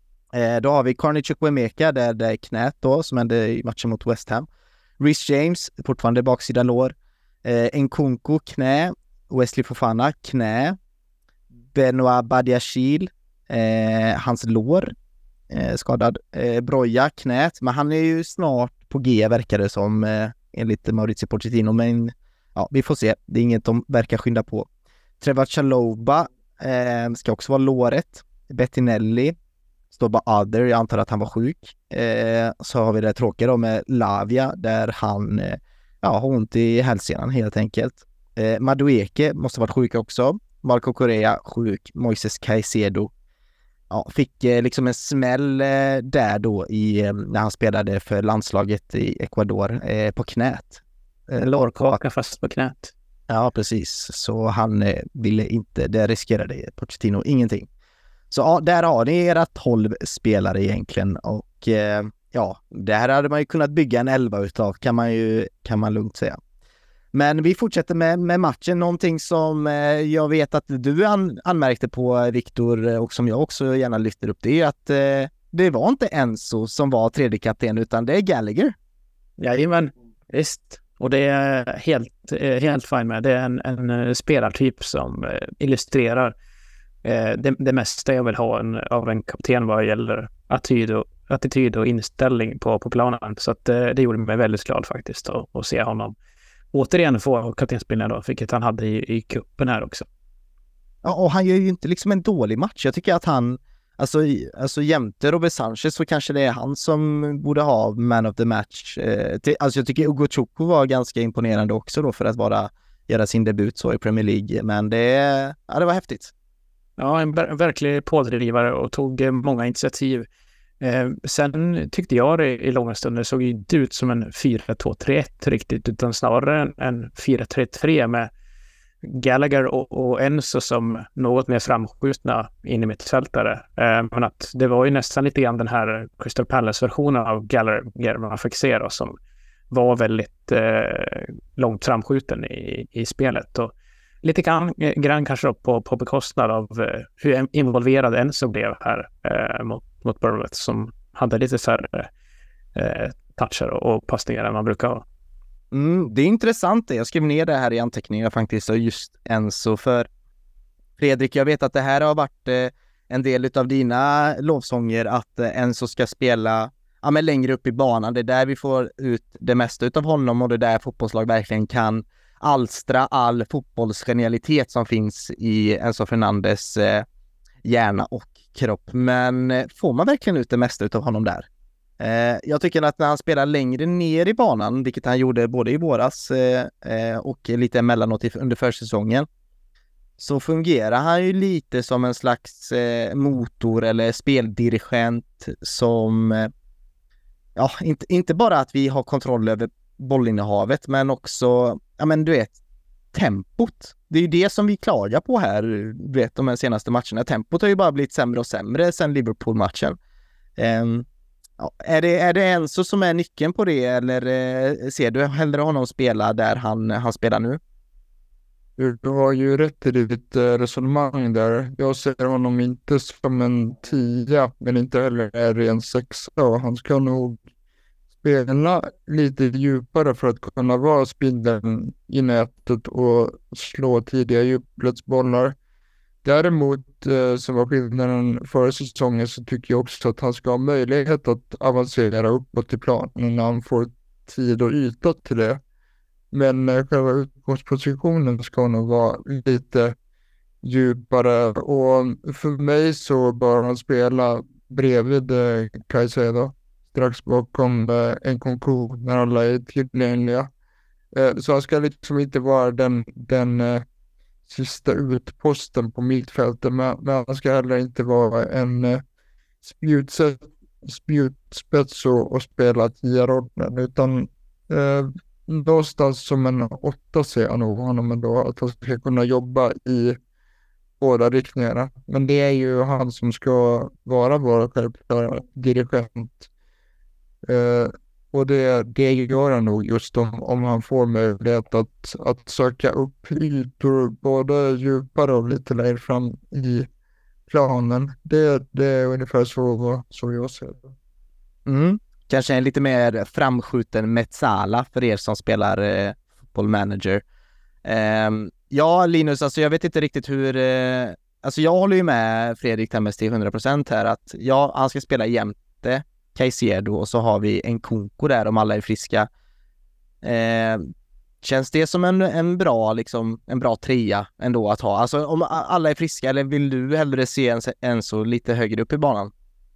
Då har vi Carney Chukwuemeka, där det är knät då, som hände i matchen mot West Ham. Reece James, fortfarande baksida lår. Nkunku, knä. Wesley Fofana, knä. Benoit Badiashile, hans lår, skadad. Broja, knät. Men han är ju snart på G, verkar det som, enligt Mauricio Pochettino. Men ja, vi får se. Det är inget de verkar skynda på. Trevor Chalobah ska också vara låret. Bettinelli står bara other, jag antar att han var sjuk. Så har vi det tråkiga då med Lavia, där han har ont i hälsenan helt enkelt. Madueke måste varit sjuk också. Marco Correa sjuk. Moises Caicedo fick liksom en smäll där då när han spelade för landslaget i Ecuador på knät. Lårkaka fast på knät. Ja, precis. Så han ville inte, det riskerade Pochettino ingenting. Så ja, där har ni era 12 spelare egentligen och det här hade man ju kunnat bygga en 11 utav, kan man lugnt säga. Men vi fortsätter med matchen. Någonting som jag vet att du anmärkte på, Viktor, och som jag också gärna lyfter upp, det är att det var inte Enzo som var tredje kapten, utan det är Gallagher. Jajamän, visst. Och det är helt fine med. Det är en spelartyp som illustrerar det mesta jag vill ha av en kapten vad gäller attityd och inställning på planen. Så att det gjorde mig väldigt glad faktiskt att se honom återigen få kaptensbindeln då, vilket han hade i kuppen här också. Ja, och han gör ju inte liksom en dålig match. Jag tycker att han, alltså jämte Robert Sanchez, så kanske det är han som borde ha man of the match. Alltså jag tycker Ugo Chukwu var ganska imponerande också då för att göra sin debut så i Premier League. Men det var häftigt. Ja, en verklig pådrivare och tog många initiativ. Sen tyckte jag det i långa stunder såg inte ut som en 4-2-3-1 riktigt, utan snarare en 4-3-3 med Gallagher och Enzo som något mer framskjutna in i mittfältare. Men att det var ju nästan lite grann den här Crystal Palace-versionen av Gallagher man fick se då, som var väldigt långt framskjuten i spelet. Och lite grann kanske på bekostnad av hur involverad Enzo blev här mot Bournemouth, som hade lite färre toucher och passningar än man brukar ha. Det är intressant det. Jag skrev ner det här i anteckningar faktiskt, och just Enzo, för Fredrik, jag vet att det här har varit en del av dina lovsånger, att Enzo ska spela längre upp i banan. Det är där vi får ut det mesta av honom, och det är där fotbollslag verkligen kan alstra all fotbollsgenialitet som finns i Enzo Fernandes hjärna och kropp. Men får man verkligen ut det mesta av honom där? Jag tycker att när han spelar längre ner i banan, vilket han gjorde både i våras och lite emellanåt under försäsongen, så fungerar han ju lite som en slags motor eller speldirigent som inte bara att vi har kontroll över bollinnehavet, men också du vet, tempot. Det är ju det som vi klagar på här, du vet, de här senaste matcherna. Tempot har ju bara blivit sämre och sämre sedan Liverpool-matchen. Är det Enzo som är nyckeln på det, eller ser du hellre honom spela där han spelar nu? Du har ju rätt i ditt resonemang där. Jag ser honom inte som en 10, men inte heller en ren 6. Han ska nog spela lite djupare för att kunna vara spindeln i nätet och slå tidiga djupledsbollar. Däremot som var skillnaden förra säsongen, så tycker jag också att han ska ha möjlighet att avancera uppåt i planen när han får tid och yta till det. Men själva utgångspositionen ska nog vara lite djupare, och för mig så bör han spela bredvid Caicedo, strax bakom Nkunku när alla är tillgängliga. Så han ska liksom inte vara den sista utposten på mittfältet, men han ska heller inte vara en spjutspets och spela 10-rollen, utan någonstans som en 8 ser jag nog honom ändå, att han ska kunna jobba i båda riktningarna. Men det är ju han som ska vara vår självklara dirigent. Och det gör han nog just om han får möjlighet att söka upp ytor både djupare och lite längre fram i planen. Det är ungefär så jag ser det. Kanske en lite mer framskjuten Metsala för er som spelar Football Manager. Ja, Linus, alltså jag vet inte riktigt hur... alltså jag håller ju med Fredrik Temmes till 100% här att han ska spela jämte Caicedo, och så har vi Nkunku där om alla är friska. Känns det som en bra trea ändå att ha? Alltså om alla är friska, eller vill du hellre se en så lite högre upp i banan?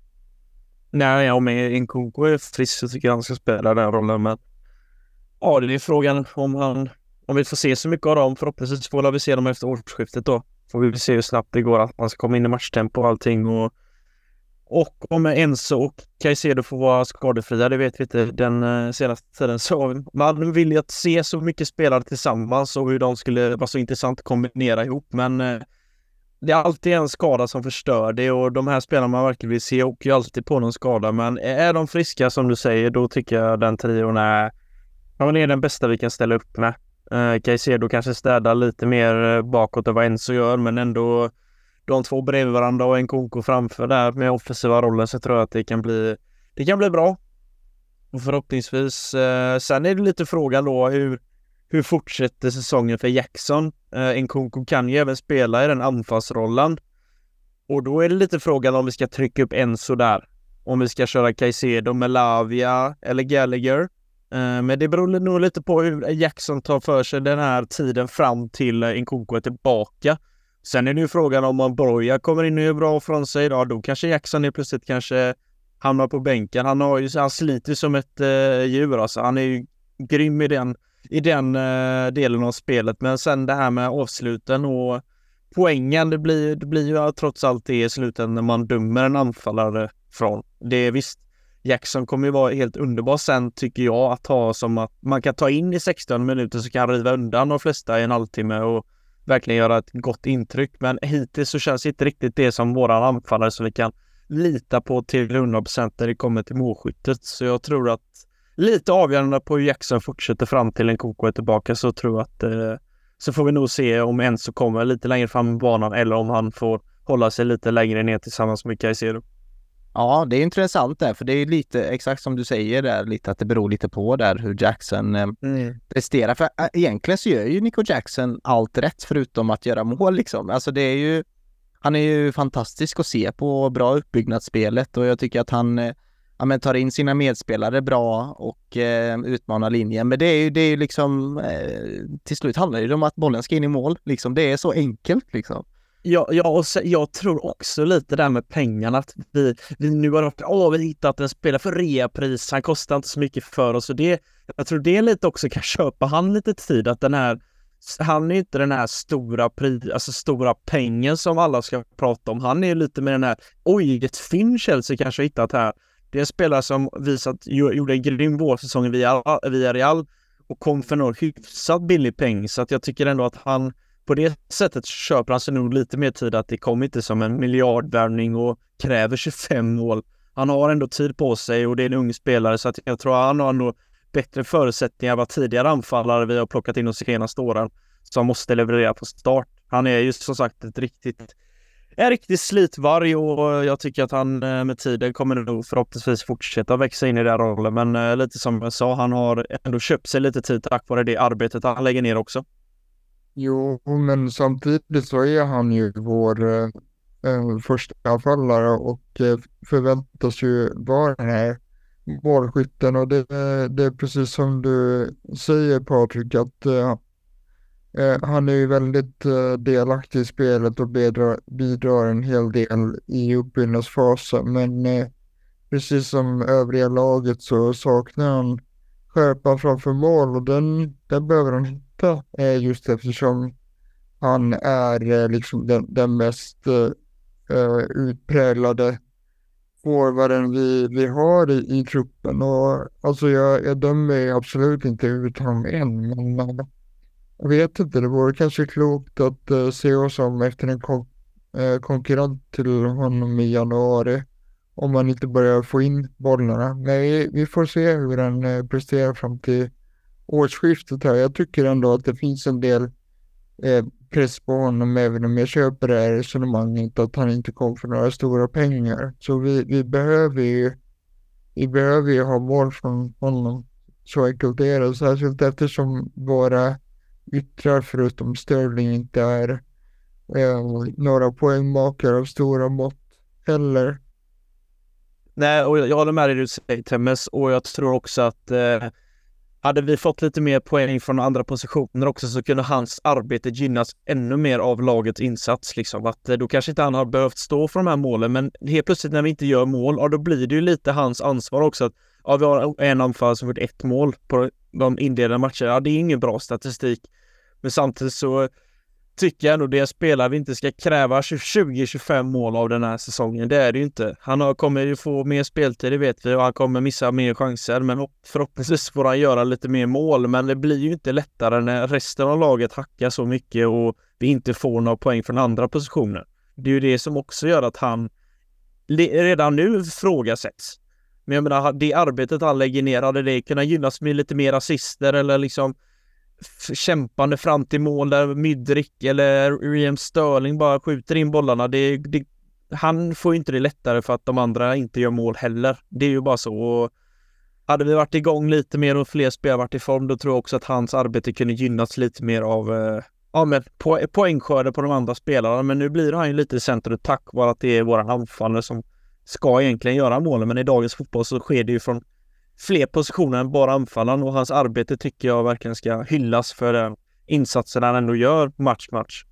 Nej, om Nkunku är frisk så tycker jag han ska spela den rollen, men ja, det är frågan om vi får se så mycket av dem. Förhoppningsvis får vi se dem efter årsskiftet då. Får vi se hur snabbt det går att man ska komma in i matchtempo och allting, och om Enzo och Caicedo får vara skadefria, det vet vi inte den senaste tiden. Så man vill ju att se så mycket spelare tillsammans och hur de skulle vara så intressant att kombinera ihop. Men det är alltid en skada som förstör det, och de här spelarna man verkligen vill se åker ju alltid på någon skada. Men är de friska som du säger, då tycker jag den trion är den bästa vi kan ställa upp med. Caicedo kanske städar lite mer bakåt än vad Enzo gör, men ändå de två bredvid varandra och Nkunku framför där med offensiva rollen, så tror jag att det kan bli bra. Och förhoppningsvis sen är det lite frågan då hur fortsätter säsongen för Jackson. Nkunku kan ju även spela i den anfallsrollen, och då är det lite frågan om vi ska trycka upp Enzo där, om vi ska köra Caicedo med Lavia eller Gallagher. Men det beror nog lite på hur Jackson tar för sig den här tiden fram till Nkunku är tillbaka. Sen är det ju frågan om Broja kommer in och gör bra från sig idag, då kanske Jackson är plötsligt kanske hamnar på bänken. Han sliter som ett djur, alltså. Han är ju grym i den delen av spelet. Men sen det här med avsluten och poängen, det blir ju trots allt det i sluten när man dömer en anfallare från. Det är visst, Jackson kommer ju vara helt underbar sen, tycker jag, att ha som att man kan ta in i 16 minuter, så kan riva undan de flesta i en halvtimme och verkligen göra ett gott intryck. Men hittills så känns inte riktigt det som våra anfallare som vi kan lita på till 100% när det kommer till målskyttet. Så jag tror att lite avgörande på hur Jackson fortsätter fram till en Nkunku är tillbaka, så tror jag att så får vi nog se om Enzo kommer lite längre fram i banan eller om han får hålla sig lite längre ner tillsammans med Caicedo. Ja, det är intressant där, för det är lite exakt som du säger där, lite att det beror lite på där hur Jackson presterar. För egentligen så gör ju Nico Jackson allt rätt förutom att göra mål liksom. Alltså det är ju, han är ju fantastisk att se på, bra uppbyggnadsspelet, och jag tycker att han tar in sina medspelare bra och utmanar linjen. Men det är ju liksom till slut handlar det om att bollen ska in i mål liksom. Det är så enkelt liksom. Ja, och jag tror också lite där med pengarna att vi nu har hittat en spelare för reapris, han kostar inte så mycket för oss, och jag tror det lite också kan köpa han lite tid, att han är inte den här stora pengen som alla ska prata om. Han är lite med den här, ett fin Chelsea kanske hittat här. Det är en spelare som gjorde en grym vårsäsong via Real och kom för någon hyfsat billig peng, så att jag tycker ändå att han på det sättet köper han sig nog lite mer tid, att det kommer inte som en miljardvärvning och kräver 25 mål. Han har ändå tid på sig och det är en ung spelare, så att jag tror han har ändå bättre förutsättningar än vad tidigare anfallare vi har plockat in de senaste åren. som måste leverera på start. Han är ju som sagt en riktig slitvarg och jag tycker att han med tiden kommer nog förhoppningsvis fortsätta växa in i den rollen. Men lite som jag sa, han har ändå köpt sig lite tid tack vare det arbetet han lägger ner också. Jo, men samtidigt så är han ju vår första anfallare och förväntas ju vara den här målskytten. Och det är precis som du säger, Patrik, att han är ju väldigt delaktig i spelet och bidrar en hel del i uppbyggnadsfasen. Men precis som övriga laget så saknar han skärpan framför mål, och den behöver han hitta just eftersom han är liksom den mest utpräglade forwarden vi har i truppen. Och alltså jag dömer absolut inte ut honom än, men jag vet inte, det vore kanske klokt att se oss om efter en konkurrent till honom i januari, om man inte börjar få in bollarna. Men vi får se hur den presterar fram till årsskiftet här. Jag tycker ändå att det finns en del press på honom, även om jag köper det här resonemanget att han inte kom för några stora pengar. Så vi behöver ju ha mål från honom. Så enkelt är det, särskilt eftersom våra yttrar förutom Sterling inte är några poängmakare av stora mått heller. Nej, och jag håller med dig, du säger, Temmes, och jag tror också att hade vi fått lite mer poäng från andra positioner också, så kunde hans arbete gynnas ännu mer av lagets insats. Liksom. Att då kanske inte han har behövt stå för de här målen, men helt plötsligt när vi inte gör mål, då blir det ju lite hans ansvar också. Att vi har en anfall som gjort 1 mål på de inledande matcherna. Ja, det är ingen bra statistik. Men samtidigt så tycker jag ändå det spelar vi inte ska kräva 20-25 mål av den här säsongen. Det är det ju inte. Han kommer ju få mer speltid, det vet vi, och han kommer missa mer chanser. Men förhoppningsvis får han göra lite mer mål. Men det blir ju inte lättare när resten av laget hackar så mycket och vi inte får några poäng från andra positioner. Det är ju det som också gör att han redan nu ifrågasätts. Men jag menar, det arbetet han lägger ner, hade det kunnat gynnas med lite mer assister eller liksom kämpande fram till mål där Mydrik eller Raheem Sterling bara skjuter in bollarna. Han får ju inte det lättare för att de andra inte gör mål heller. Det är ju bara så. Och hade vi varit igång lite mer och fler spelare varit i form, då tror jag också att hans arbete kunde gynnas lite mer av poängskörde på de andra spelarna. Men nu blir han ju lite i centrum tack vare att det är våra anfallare som ska egentligen göra målen. Men i dagens fotboll så sker det ju från fler positioner än bara anfallaren, och hans arbete tycker jag verkligen ska hyllas för den insatsen han ändå gör match.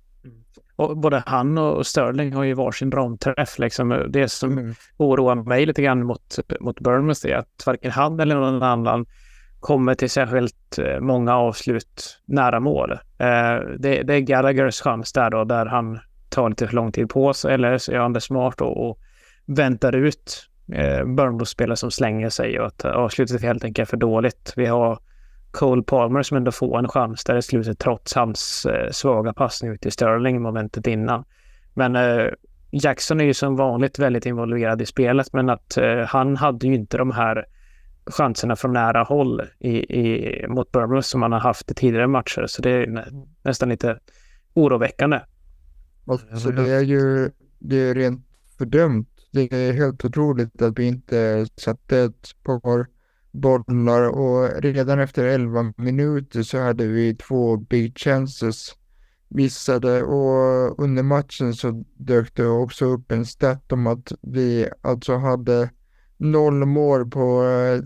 Och både han och Sterling har ju varsin ramträff. Liksom. Det som oroar mig lite grann mot Bournemouth är att varken han eller någon annan kommer till särskilt många avslut nära mål. Det är Gallaghers chans där han tar lite för lång tid på sig, eller så är han det smart och väntar ut Bournemouth-spelare som slänger sig, och att avslutet är helt enkelt för dåligt. Vi har Cole Palmer som ändå får en chans där i slutet trots hans svaga passning ut till Sterling i momentet innan. Men Jackson är ju som vanligt väldigt involverad i spelet, men att han hade ju inte de här chanserna från nära håll mot Bournemouth som han har haft i tidigare matcher, så det är nästan lite oroväckande. Alltså det är rent fördömt. Det är helt otroligt att vi inte satte ett par bollar, och redan efter 11 minuter så hade vi 2 big chances missade, och under matchen så dök det också upp en stat om att vi alltså hade 0 mål på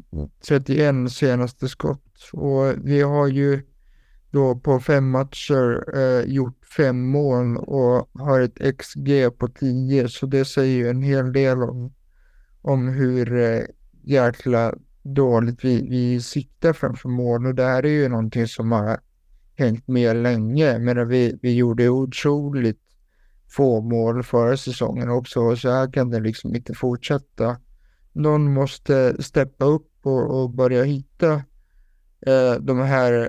31 senaste skott, och vi har ju då på 5 matcher gjort 5 mål och har ett XG på 10, så det säger ju en hel del om hur jäkla dåligt vi siktar framför mål. Och det här är ju någonting som har hängt med länge, men vi gjorde otroligt få mål förra säsongen också, och så här kan det liksom inte fortsätta. Någon måste steppa upp och börja hitta de här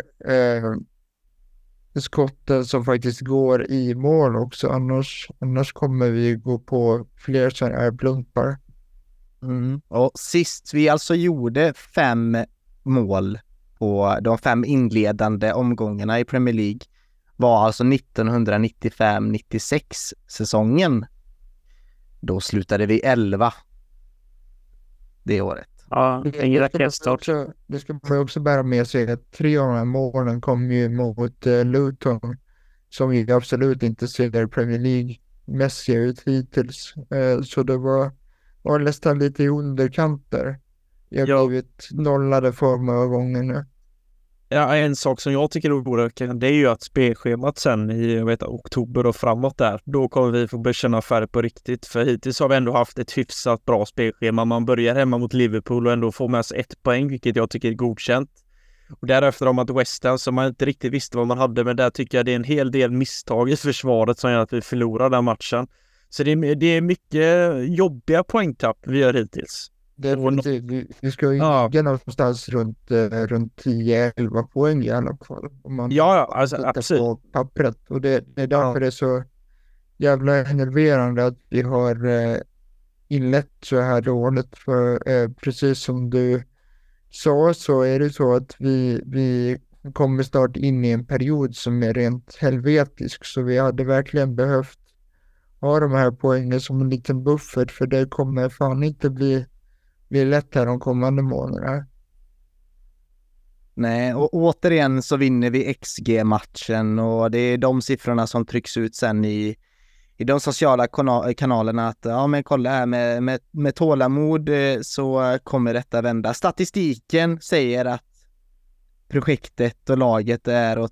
skotten som faktiskt går i mål också, annars kommer vi gå på fler sådana här plumpar. Och sist vi alltså gjorde 5 mål på de 5 inledande omgångarna i Premier League, var alltså 1995-96 säsongen. Då slutade vi 11 det året. Ja, ingen raketstart. Det ska man också bära med sig att 3 av de här målen kom ju mot Luton, som ju absolut inte ser Premier League-mässiga ut hittills. Så det var nästan lite i underkanter. Jag har blivit nollade för många gånger nu. Ja, en sak som jag tycker är oroväckande, det är ju att spelschemat sen i oktober och framåt där, då kommer vi få bekänna färg på riktigt. För hittills har vi ändå haft ett hyfsat bra spelschema. Man börjar hemma mot Liverpool och ändå får med sig 1 poäng, vilket jag tycker är godkänt. Och därefter har man ett West Ham som man inte riktigt visste vad man hade, men där tycker jag det är en hel del misstag i försvaret som gör att vi förlorar den matchen. Så det är mycket jobbiga poängtapp vi gör hittills. Vi ska ju ligga någonstans runt 10-11 poäng i alla fall. Om man alltså absolut. På pappret. Och det är därför det är så jävla enerverande att vi har inlett så här dåligt. För precis som du sa så är det så att vi kommer snart in i en period som är rent helvetisk. Så vi hade verkligen behövt ha de här poängen som en liten buffert, för det kommer fan inte bli lätt här de kommande månaderna. Nej, och återigen så vinner vi XG-matchen, och det är de siffrorna som trycks ut sen i de sociala kanalerna, att ja, men kolla här, med tålamod så kommer detta vända. Statistiken säger att projektet och laget är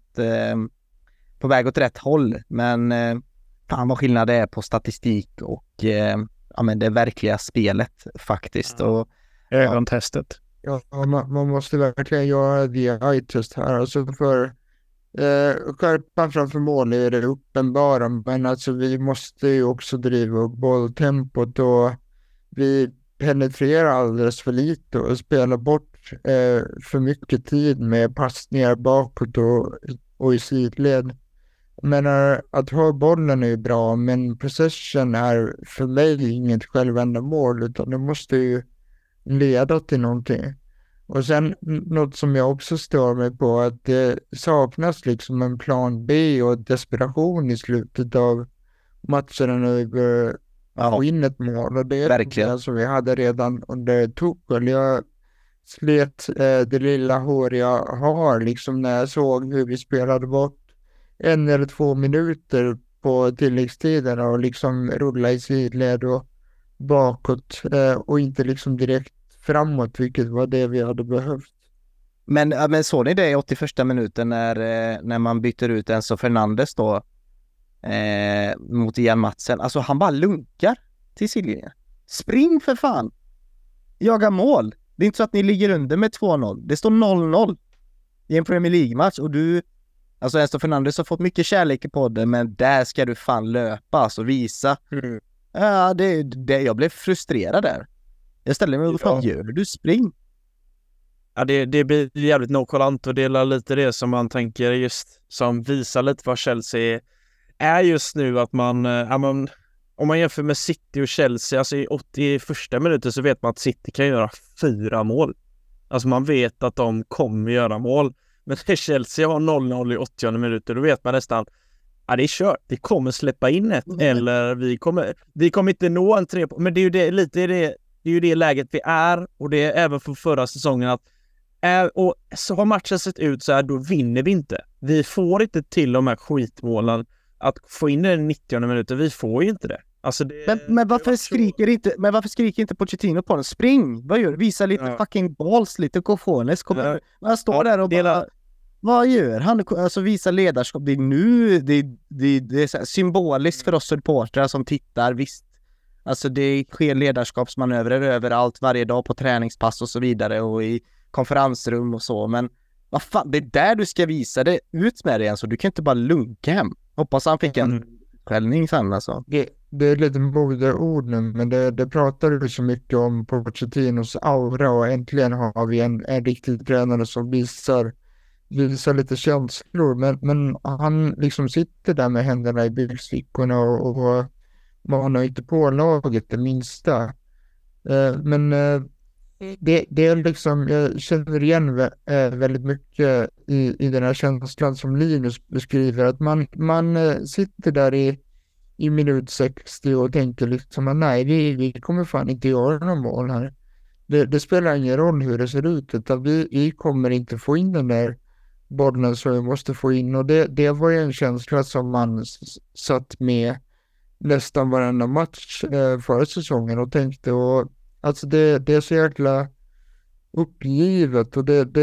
på väg åt rätt håll, men fan vad skillnad det är på statistik och men det verkliga spelet faktiskt. Och ögontestet. Ja, man måste verkligen göra det eye-test här. Alltså för skärpan framför mål är det uppenbara, men alltså vi måste ju också driva upp bolltempot, och vi penetrerar alldeles för lite och spelar bort för mycket tid med passningar bakåt och i sidled. Men att ha bollen är ju bra, men possession är för mig inget självändamål, utan det måste ju leda till någonting. Och sen något som jag också stör mig på, att det saknas liksom en plan B och desperation i slutet av matcherna när vi bör få in ett mål. Och det är verkligen som vi hade redan under Tuchel. Jag slet det lilla hår jag har liksom när jag såg hur vi spelade bort 1 eller 2 minuter på tilläggstiden och liksom rulla i sidled och bakåt och inte liksom direkt framåt, vilket var det vi hade behövt. Men såg ni det i 81:a minuten när man byter ut Enzo Fernandes då mot Ian Madsen? Alltså han bara lunkar till sidlinjen. Spring för fan! Jaga mål! Det är inte så att ni ligger under med 2-0. Det står 0-0 i en Premier League-match, och alltså Enzo Fernandes har fått mycket kärlek i podden, men där ska du fan löpa, alltså visa. Ja, jag blev frustrerad där. Jag ställer mig och fan, gör du? Spring. Ja, det blir jävligt nonchalant, och det är lite det som man tänker just som visar lite vad Chelsea är just nu, att man om man jämför med City och Chelsea, alltså i 81:a minuten så vet man att City kan göra 4 mål. Alltså man vet att de kommer göra mål. Men när Chelsea har 0-0 i 80:e minuter, då vet man nästan det är kört. Vi kommer släppa in ett, eller vi kommer inte nå en 3. Men det är ju det läget vi är, och det är även för förra säsongen att och så har matchen sett ut så här, då vinner vi inte. Vi får inte till de här skitmålen att få in den 90:e minuten. Vi får ju inte det. Alltså men varför skriker inte Pochettino på den? Spring! Vad gör du? Visa lite fucking balls, lite cojones. Man står där och bara, vad gör han? Alltså visa ledarskap. Det är nu, det är så här symboliskt för oss supportrar som tittar, visst. Alltså det sker ledarskapsmanövrer överallt, varje dag på träningspass och så vidare, och i konferensrum och så, men vad fan, det är där du ska visa det, ut med det igen, så du kan inte bara lunka hem. Hoppas han fick en skällning sen alltså. Det är lite modeord nu, men det pratar du så mycket om Pochettinos aura, och äntligen har vi en riktig tränare som visar lite känslor, men han liksom sitter där med händerna i byxfickorna och man har inte på laget det minsta. Men det är liksom, jag känner igen väldigt mycket i den här känslan som Linus beskriver, att man sitter där i minut 60 och tänker liksom att nej, vi kommer fan inte göra någon mål här. Det spelar ingen roll hur det ser ut, utan vi kommer inte få in den där bollen som vi måste få in, och det var ju en känsla som man satt med nästan varenda match förra säsongen och tänkte, och alltså det är så jäkla uppgivet, och det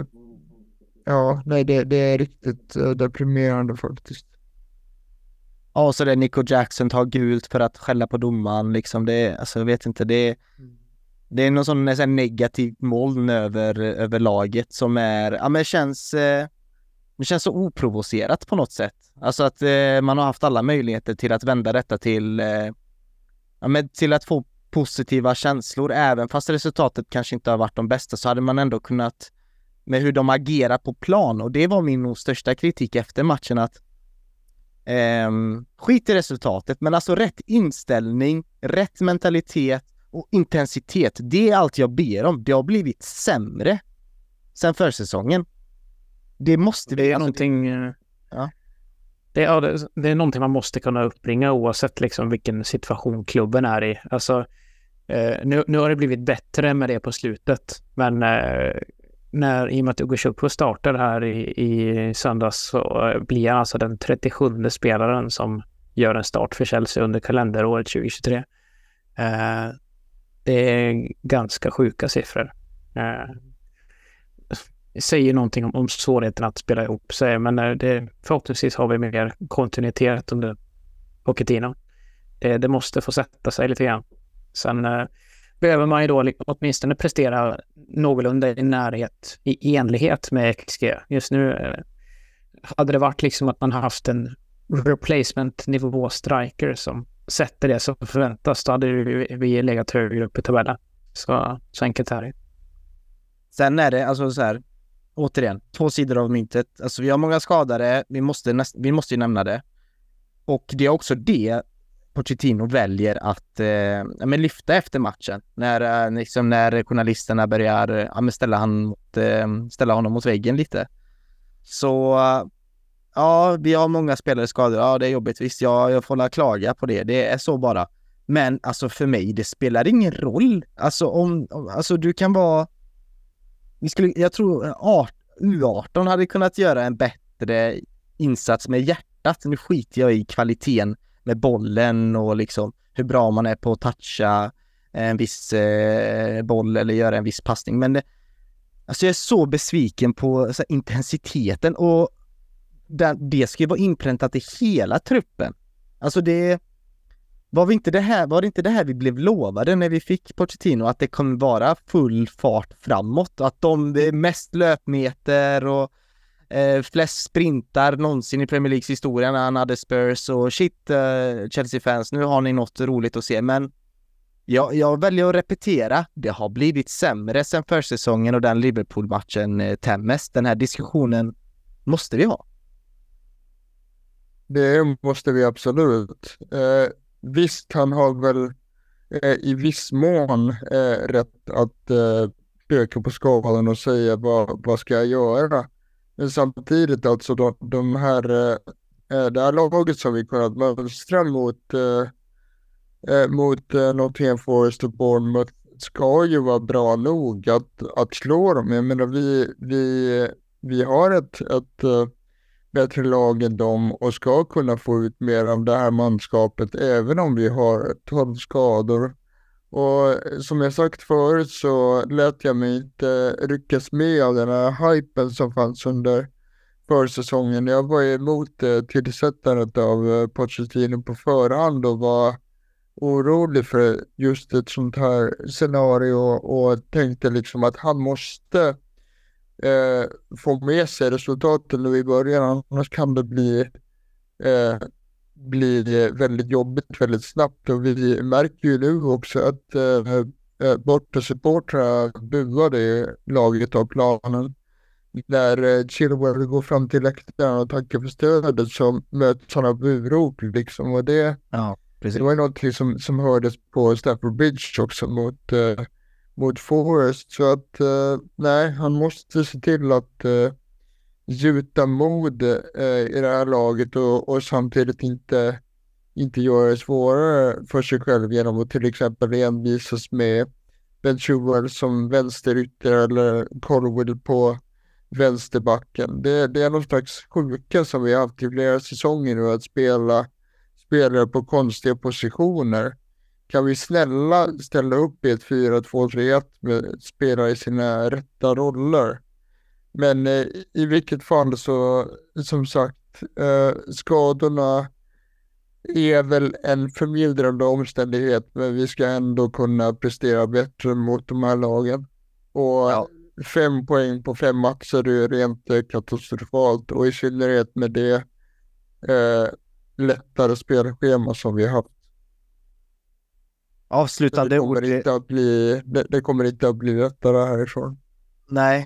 är riktigt deprimerande faktiskt. Ja, så det Nico Jackson tar gult för att skälla på domaren liksom, alltså jag vet inte, det är någon sån nästan negativ moln över laget som är, ja men det känns så oprovocerat på något sätt. Alltså att man har haft alla möjligheter till att vända detta till till att få positiva känslor, även fast resultatet kanske inte har varit de bästa, så hade man ändå kunnat, med hur de agerar på plan, och det var min nog största kritik efter matchen, att skit i resultatet, men alltså rätt inställning, rätt mentalitet och intensitet, det är allt jag ber om. Det har blivit sämre sen försäsongen. Det måste det är någonting. Ja. Det är någonting man måste kunna uppbringa oavsett liksom vilken situation klubben är i. Alltså, nu har det blivit bättre med det på slutet, men i och med att Ugo Chukwu startar här i söndags, så blir han alltså den 37:e spelaren som gör en start för Chelsea under kalenderåret 2023. Det är ganska sjuka siffror. Säger någonting om svårigheten att spela ihop sig, men förhoppningsvis har vi mer kontinuitet under Pochettino. Det måste få sätta sig lite grann. Sen behöver man ju då åtminstone prestera någorlunda i närhet, i enlighet med XG. Just nu hade det varit liksom att man haft en replacement-nivå striker som sätter det som förväntas, då hade vi legat högre upp i tabellen. Så enkelt är det. Sen är det alltså så här, återigen, två sidor av myntet. Alltså vi har många skadade, vi måste ju nämna det. Och det är också det Pochettino väljer att lyfta efter matchen. När journalisterna börjar ställa honom mot väggen lite. Så ja, vi har många spelare skadade. Ja, det är jobbigt. Visst, jag får klaga på det. Det är så bara. Men alltså för mig, det spelar ingen roll. Alltså du kan vara... Jag tror U18 hade kunnat göra en bättre insats med hjärtat. Nu skiter jag i kvaliteten med bollen och liksom hur bra man är på att toucha en viss boll eller göra en viss passning. Men alltså jag är så besviken på så här, intensiteten, och det ska ju vara inpräntat i hela truppen. Alltså var det inte det här vi blev lovade när vi fick Pochettino, att det kommer vara full fart framåt, och att det är mest löpmeter och flest sprintar någonsin i Premier Leagues historia när han hade Spurs, och Chelsea-fans, nu har ni något roligt att se. Men jag väljer att repetera, det har blivit sämre sen försäsongen och den Liverpool-matchen tämmes. Den här diskussionen måste vi ha. Det måste vi absolut. Visst, han har väl i viss mån rätt att peka på skalan och säga vad ska jag göra. Men samtidigt alltså det här laget som vi kunnat mönstra mot Nottingham Forest och Bournemouth ska ju vara bra nog att slå dem. Jag menar, vi har ett bättre lag än dem och ska kunna få ut mer av det här manskapet även om vi har 12 skador. Och som jag sagt förut så lät jag mig inte ryckas med av den här hypen som fanns under försäsongen. Jag var emot tillsättandet av Pochettino på förhand och var orolig för just ett sånt här scenario och tänkte liksom att han måste få med sig resultaten nu i början, annars kan det bli väldigt jobbigt väldigt snabbt. Och vi märker ju nu också att borta supportrar buade laget av planen. När Chilwell går fram till läktaren och tackar för stödet så möts han av burop liksom, och det var något som hördes på Stamford Bridge också mot mot Forest. Så att nej, han måste se till att gjuta mod i det här laget och samtidigt inte göra det svårare för sig själv genom att till exempel envisas med Ben Chilwell som vänsterytter eller Colwill på vänsterbacken. Det är någon slags sjuka som vi har haft i flera säsonger nu, att spela på konstiga positioner. Kan vi snälla ställa upp i ett 4-2-3-1 med spelare i sina rätta roller? Men i vilket fall så, som sagt, skadorna är väl en förmildrande omständighet, men vi ska ändå kunna prestera bättre mot de här lagen. Och 5 poäng på 5 matcher är rent katastrofalt, och i synnerhet med det lättare spelschema som vi har haft. Avslutande ord. Det kommer inte att bli lättare härifrån. Nej,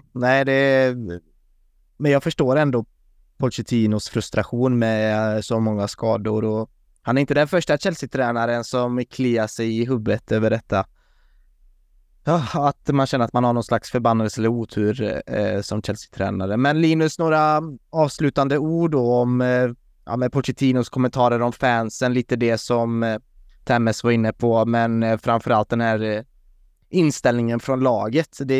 men jag förstår ändå Pochettinos frustration med så många skador, och han är inte den första Chelsea-tränaren som kliar sig i huvudet över detta. Ja, att man känner att man har någon slags förbannelse eller otur som Chelsea-tränare. Men Linus, några avslutande ord då om med Pochettinos kommentarer om fansen, lite det som Temmes var inne på, men framförallt den här inställningen från laget. Det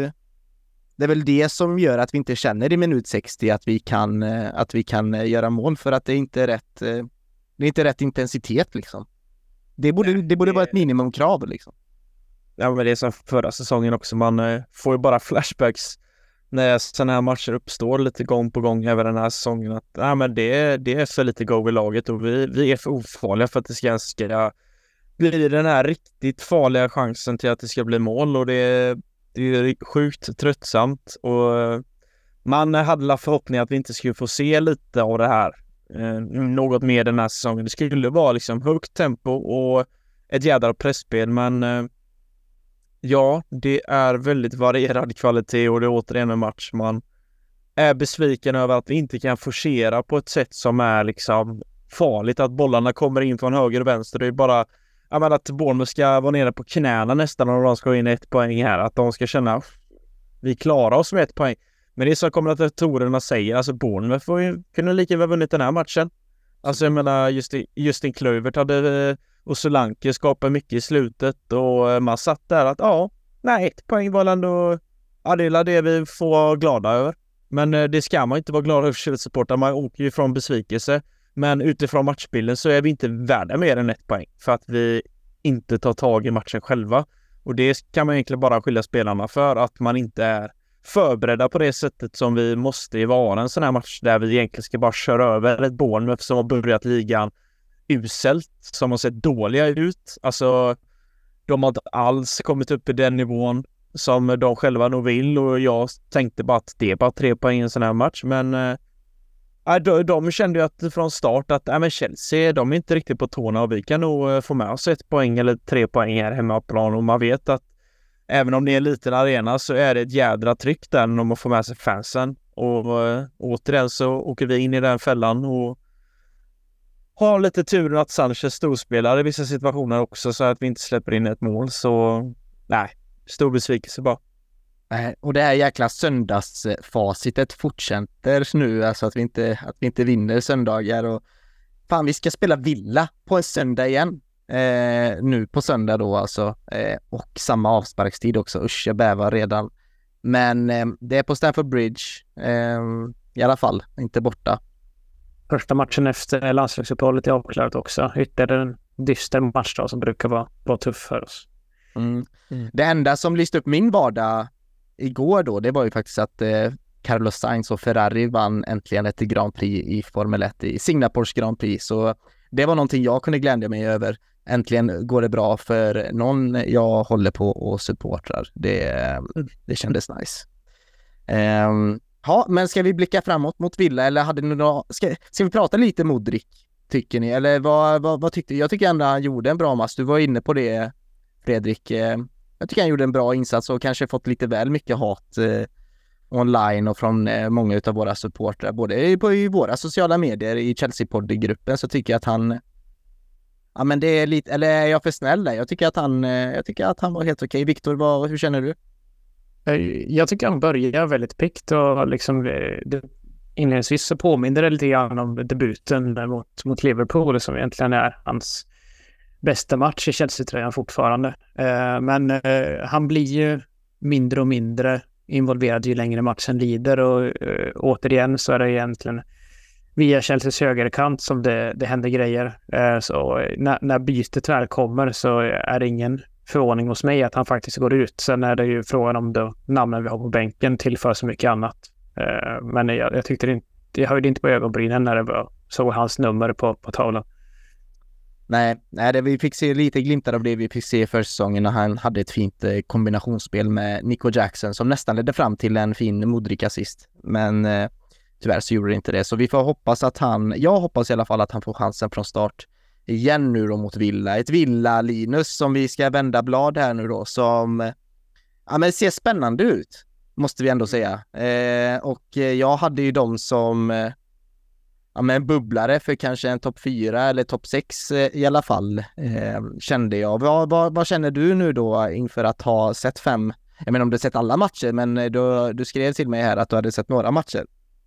är väl det som gör att vi inte känner i minut 60 att vi kan göra mål, för att det är inte rätt intensitet liksom. Det borde vara ett minimumkrav liksom. Ja, men det är som förra säsongen också. Man får ju bara flashbacks när sådana här matcher uppstår lite gång på gång över den här säsongen. Att men det är för lite go i laget, och vi är för ofarliga för att det ska bli den här riktigt farliga chansen till att det ska bli mål. Och det är sjukt tröttsamt, och man hade la förhoppning att vi inte skulle få se lite av det här något mer den här säsongen. Det skulle vara liksom högt tempo och ett jädra pressspel, men ja, det är väldigt varierad kvalitet, och det är återigen en match man är besviken över att vi inte kan forcera på ett sätt som är liksom farligt, att bollarna kommer in från höger och vänster. Det är bara att Bournemouth ska vara nere på knäna nästan om de ska ha in 1 poäng här, att de ska känna vi klarar oss med 1 poäng. Men det är så kommentatorerna säger, alltså Bournemouth kunde lika väl vunnit den här matchen. Alltså jag menar, Justin Kluivert och Solanke skapade mycket i slutet, och man satt där att 1 poäng var ändå det vi får vara glada över. Men det ska man inte vara glad över, Chelsea-supportrar. Man åker ju från besvikelse. Men utifrån matchbilden så är vi inte värda mer än 1 poäng, för att vi inte tar tag i matchen själva. Och det kan man egentligen bara skylla spelarna för, att man inte är förberedda på det sättet som vi måste vara en sån här match, där vi egentligen ska bara köra över ett Bournemouth som har börjat ligan uselt, som har sett dåliga ut. Alltså, de har inte alls kommit upp i den nivån som de själva nog vill, och jag tänkte bara att det är bara 3 poäng i en sån här match. Men de kände ju att från start att men Chelsea, de är inte riktigt på tårna, och vi kan nog få med oss 1 poäng eller 3 poäng här hemma på plan. Och man vet att även om det är en liten arena så är det ett jädra tryck där när man får med sig fansen. Och återigen så åker vi in i den fällan och har lite turen att Sanchez storspelar i vissa situationer också, så att vi inte släpper in ett mål. Så nej, stor besvikelse bara. Och det här jäkla söndagsfacitet fortsätter nu, alltså att vi inte vinner söndagar. Och fan, vi ska spela Villa på en söndag igen. Nu på söndag då alltså. Och samma avsparkstid också. Usch, jag bävar redan. Men det är på Stamford Bridge. I alla fall, inte borta. Första matchen efter landslagsuppehållet är avklarat också. Ytterligare en dyster match då, som brukar vara tuff för oss. Det enda som lyste upp min vardag igår då, det var ju faktiskt att Carlos Sainz och Ferrari vann äntligen ett Grand Prix i Formel 1 i Singapores Grand Prix. Så det var någonting jag kunde glädja mig över. Äntligen går det bra för någon jag håller på och supportrar. Det kändes nice. Ja, men ska vi blicka framåt mot Villa, eller hade ni ska vi prata lite Modric, tycker ni? Eller vad tyckte jag? Tycker ändå han gjorde en bra match. Du var inne på det, Fredrik. Jag tycker han gjorde en bra insats och kanske fått lite väl mycket hat online och från många utav våra supportrar. Både i våra sociala medier, i Chelsea-podd-gruppen, så tycker jag att Ja, men det är lite, eller är jag för snäll där? Jag tycker att han var helt okej. Viktor, hur känner du? Jag tycker han börjar väldigt piggt och liksom inledningsvis så påminner det lite grann om debuten mot Liverpool som egentligen är hans bästa match i Chelsea-tröjan fortfarande. Men han blir ju mindre och mindre involverad ju längre matchen lider och återigen så är det egentligen via Chelseas högerkant som det händer grejer. Så när bytet väl kommer så är det ingen förvåning hos mig att han faktiskt går ut. Sen är det ju frågan om de namnen vi har på bänken tillför så mycket annat. Men jag tyckte jag höjde inte på ögonbrynen när det såg hans nummer på tavlan. Nej, vi fick se lite glimtar av det vi fick se för säsongen när han hade ett fint kombinationsspel med Nico Jackson som nästan ledde fram till en fin Modric-assist. Men tyvärr så gjorde det inte det. Så vi får hoppas att jag hoppas i alla fall att han får chansen från start igen nu då mot Villa. Ett Villa-Linus som vi ska vända blad här nu då som men ser spännande ut, måste vi ändå säga. Och jag hade ju dem som bubblare för kanske en topp 4 eller topp 6 i alla fall, kände jag. Vad känner du nu då inför att ha sett 5? Jag menar om du sett alla matcher, men du skrev till mig här att du hade sett några matcher.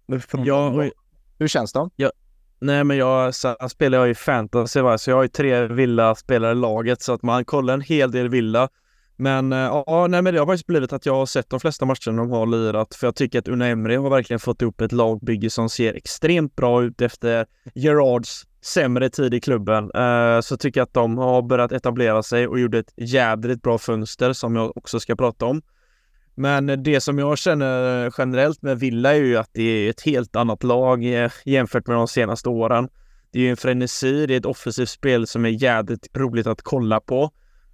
Hur känns de? Nej, men jag spelar ju fantasy, så jag har ju 3 Villa-spelare i laget så att man kollar en hel del Villa. Men men det har faktiskt blivit att jag har sett de flesta matcherna de har lirat, för jag tycker att Unai Emery har verkligen fått upp ett lagbygge som ser extremt bra ut efter Gerrards sämre tid i klubben. Så tycker jag att de har börjat etablera sig och gjorde ett jädrigt bra fönster som jag också ska prata om. Men det som jag känner generellt med Villa är ju att det är ett helt annat lag jämfört med de senaste åren. Det är ju en frenesi, det är ett offensivt spel som är jädrigt roligt att kolla på.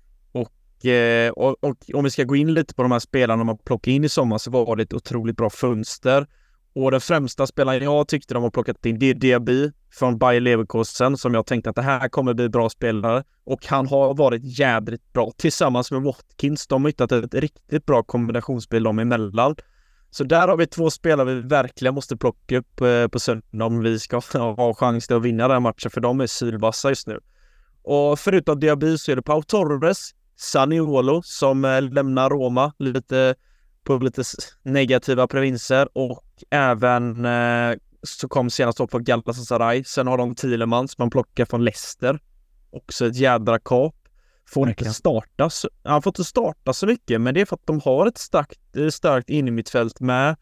Och om vi ska gå in lite på de här spelarna man plockade in i sommar, så var det ett otroligt bra fönster. Och den främsta spelaren jag tyckte de har plockat in, det är Diaby från Bayer Leverkusen, som jag tänkte att det här kommer bli bra spelare. Och han har varit jädrigt bra tillsammans med Watkins. De har hittat ett riktigt bra kombinationsspel dem emellan. Så där har vi 2 spelare vi verkligen måste plocka upp på söndag om vi ska ha chans till att vinna den här matchen, för de är sylvassa just nu. Och förutom Diaby så är det Pau Torres, Zaniolo som lämnar Roma på lite negativa provinser, och även så kom senast upp på Galatasaray. Sen har de Thielemans man plockar från Leicester, också ett jädra kap. Han får inte starta så mycket, men det är för att de har ett starkt in i mittfält med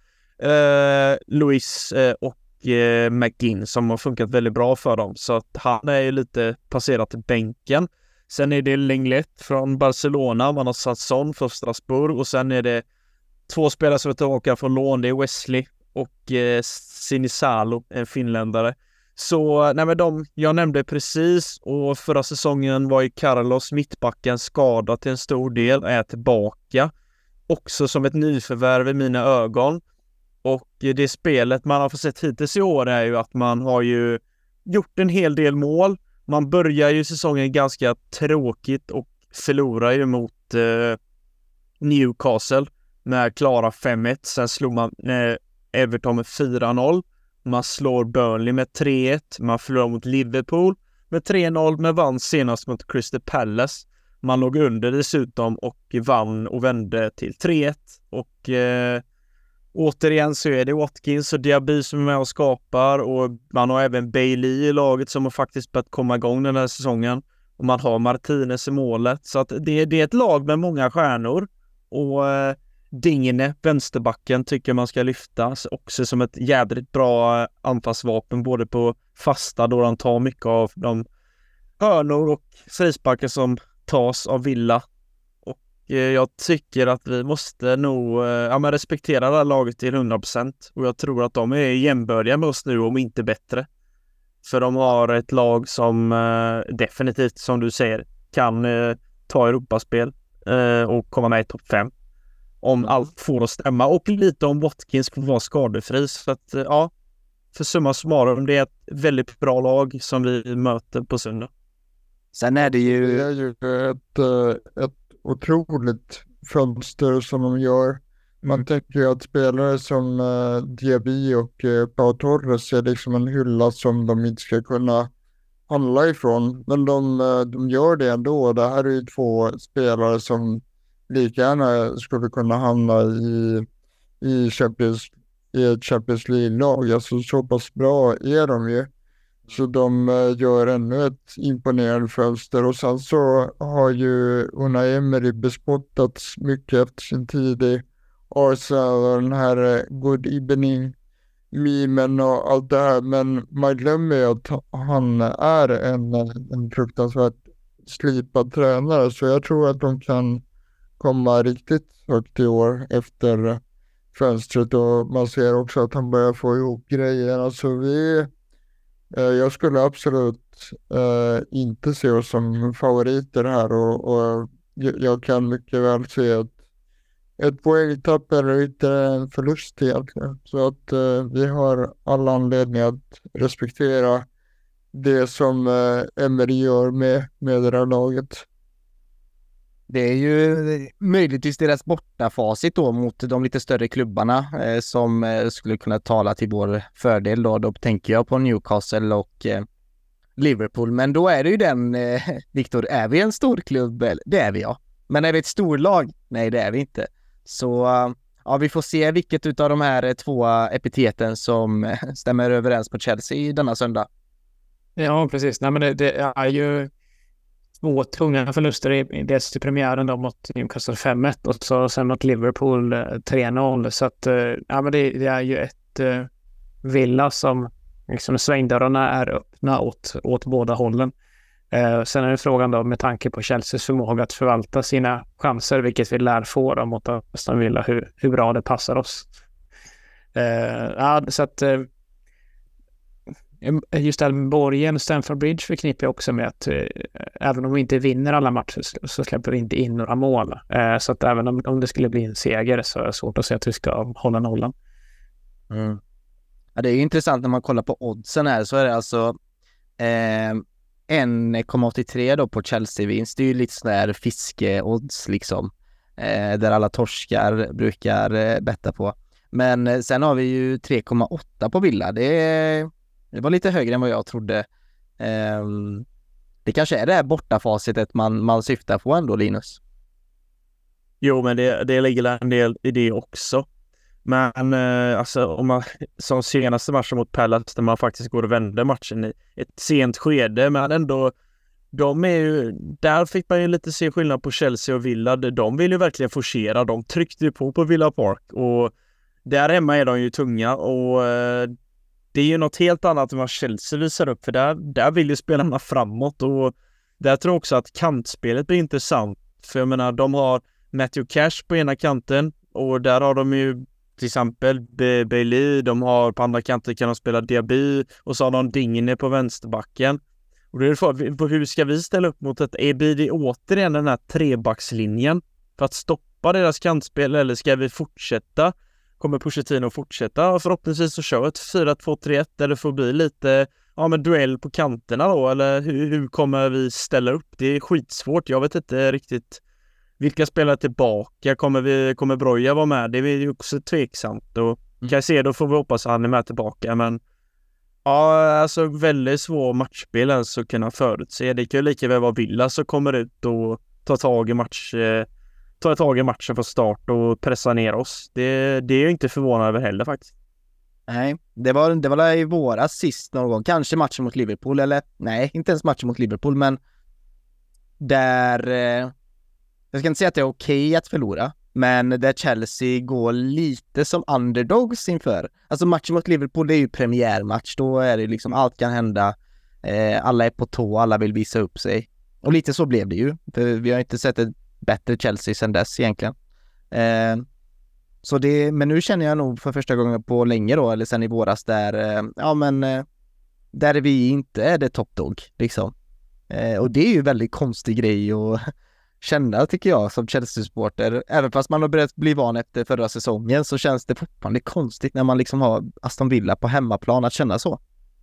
Luis och McGinn som har funkat väldigt bra för dem, så att han är ju lite passerat till bänken. Sen är det Lenglet från Barcelona, man har satt Son från Strasbourg, och sen är det 2 spelare som är tillbaka från lån, det är Wesley och Sinisalo, en finländare. Så nej, men de jag nämnde precis, och förra säsongen var ju Carlos, mittbacken, skadad till en stor del, är tillbaka. Också som ett nyförvärv i mina ögon. Och det spelet man har fått sett hittills i år är ju att man har ju gjort en hel del mål. Man börjar ju säsongen ganska tråkigt och förlorar ju mot Newcastle med klara 5-1. Sen slog man Everton med 4-0. Man slår Burnley med 3-1. Man förlorar mot Liverpool med 3-0, men vann senast mot Crystal Palace. Man låg under dessutom och vann och vände till 3-1. Och återigen så är det Watkins och Diaby som är med och skapar, och man har även Bailey i laget som har faktiskt börjat komma igång den här säsongen, och man har Martinez i målet, så att det är ett lag med många stjärnor. Och Digne, vänsterbacken, tycker man ska lyftas också som ett jädrigt bra anfallsvapen, både på fasta då han tar mycket av de hörnor och frisparkar som tas av Villa. Jag tycker att vi måste nog respektera det här laget till 100%, och jag tror att de är jämbördiga med oss nu, om inte bättre. För de har ett lag som definitivt, som du säger, kan ta Europaspel och komma med i topp 5. Om allt får att stämma, och lite om Watkins får vara skadefri. Så att för summa summarum, det är ett väldigt bra lag som vi möter på söndag. Sen är det ju... Det är ju ett otroligt fönster som de gör. Man tänker ju att spelare som Diaby och Pau Torres är liksom en hylla som de inte ska kunna handla ifrån. Men de gör det ändå. Det här är ju 2 spelare som lika gärna skulle kunna hamna i ett Champions League-lag. Alltså så pass bra är de ju. Så de gör ännu ett imponerande fönster. Och sen så har ju Unai Emery bespottats mycket efter sin tid i Arsenal och den här good evening mimen och allt det här. Men man glömmer ju att han är en fruktansvärt slipad tränare. Så jag tror att de kan komma riktigt högt i år efter fönstret. Och man ser också att han börjar få ihop grejer. Alltså jag skulle absolut inte se oss som favoriter här. Och jag kan mycket väl se ett poängtapp eller inte en förlust egentligen. Så att vi har alla anledning att respektera det som Emery gör med det här laget. Det är ju möjligtvis deras bortafacit då mot de lite större klubbarna som skulle kunna tala till vår fördel då. Då tänker jag på Newcastle och Liverpool. Men då är det ju den, Viktor, är vi en stor klubb? Det är vi, ja. Men är vi ett storlag? Nej, det är vi inte. Så ja, vi får se vilket utav de här 2 epiteten som stämmer överens på Chelsea denna söndag. Ja, precis. Nej, men det är ju 2 tunga förluster dels i premiären då mot Newcastle 5-1 och så sen mot Liverpool 3-0. Så att ja, men det är ju ett Villa som liksom svängdörrarna är öppna åt båda hållen. Sen är det frågan då med tanke på Chelseas förmåga att förvalta sina chanser, vilket vi lär få då mot Aston Villa, hur bra det passar oss. Ja, så att just Elfsborgen, Stamford Bridge förknippar jag också med att även om vi inte vinner alla matcher så släpper vi inte in några mål. Så att även om det skulle bli en seger så är det svårt att säga att vi ska hålla nollan. Mm. Ja, det är ju intressant när man kollar på oddsen här, så är det alltså 1,83 då på Chelsea-vinst. Det är ju lite sån där fiskeodds liksom. Där alla torskar brukar betta på. Men sen har vi ju 3,8 på Villa. Det var lite högre än vad jag trodde. Det kanske är det här bortafacitet man syftar på ändå, Linus. Jo, men det ligger en del i det också. Men alltså, om man, som senaste matchen mot Palace där man faktiskt går och vänder matchen i ett sent skede, men ändå de är ju, där fick man ju lite se skillnad på Chelsea och Villa. De vill ju verkligen forcera, de tryckte ju på Villa Park och där hemma är de ju tunga och det är ju något helt annat än vad Chelsea visar upp, för där vill ju spelarna framåt och där tror jag också att kantspelet blir intressant, för jag menar de har Matthew Cash på ena kanten och där har de ju till exempel Bailey, de har på andra kanten kan de spela Diaby och så har de Digne på vänsterbacken. Och det är hur ska vi ställa upp mot blir det återigen den här trebackslinjen för att stoppa deras kantspel, eller ska vi fortsätta? Kommer Pochettino fortsätta? Och förhoppningsvis så kör ett 4-2-3-1 där det får bli lite duell på kanterna då, eller hur kommer vi ställa upp? Det är skitsvårt, jag vet inte riktigt vilka spelar tillbaka. Kommer Broja vara med? Det är ju också tveksamt. Och Caicedo får vi hoppas att han är med tillbaka. Men ja, alltså väldigt svår matchspel ens att kunna förutse. Det kan ju lika väl vara Villa som kommer ut och tar tag i matchen från start och pressa ner oss. Det är ju inte förvånande över heller faktiskt. Nej, det var i våras sist någon gång. Kanske matchen mot Liverpool, eller nej, inte ens matchen mot Liverpool, men där jag ska inte säga att det är okej att förlora, men där Chelsea går lite som underdogs inför. Alltså matchen mot Liverpool, det är ju premiärmatch. Då är det liksom allt kan hända. Alla är på tå, alla vill visa upp sig. Och lite så blev det ju. För vi har inte sett ett bättre Chelsea sedan dess egentligen. Men nu känner jag nog för första gången på länge då, eller sen i våras där, där vi inte är det toppdog liksom. Och det är ju väldigt konstig grej att känna, tycker jag, som Chelsea-supporter. Även fast man har börjat bli van efter förra säsongen så känns det fortfarande konstigt när man liksom har Aston Villa på hemmaplan att känna så.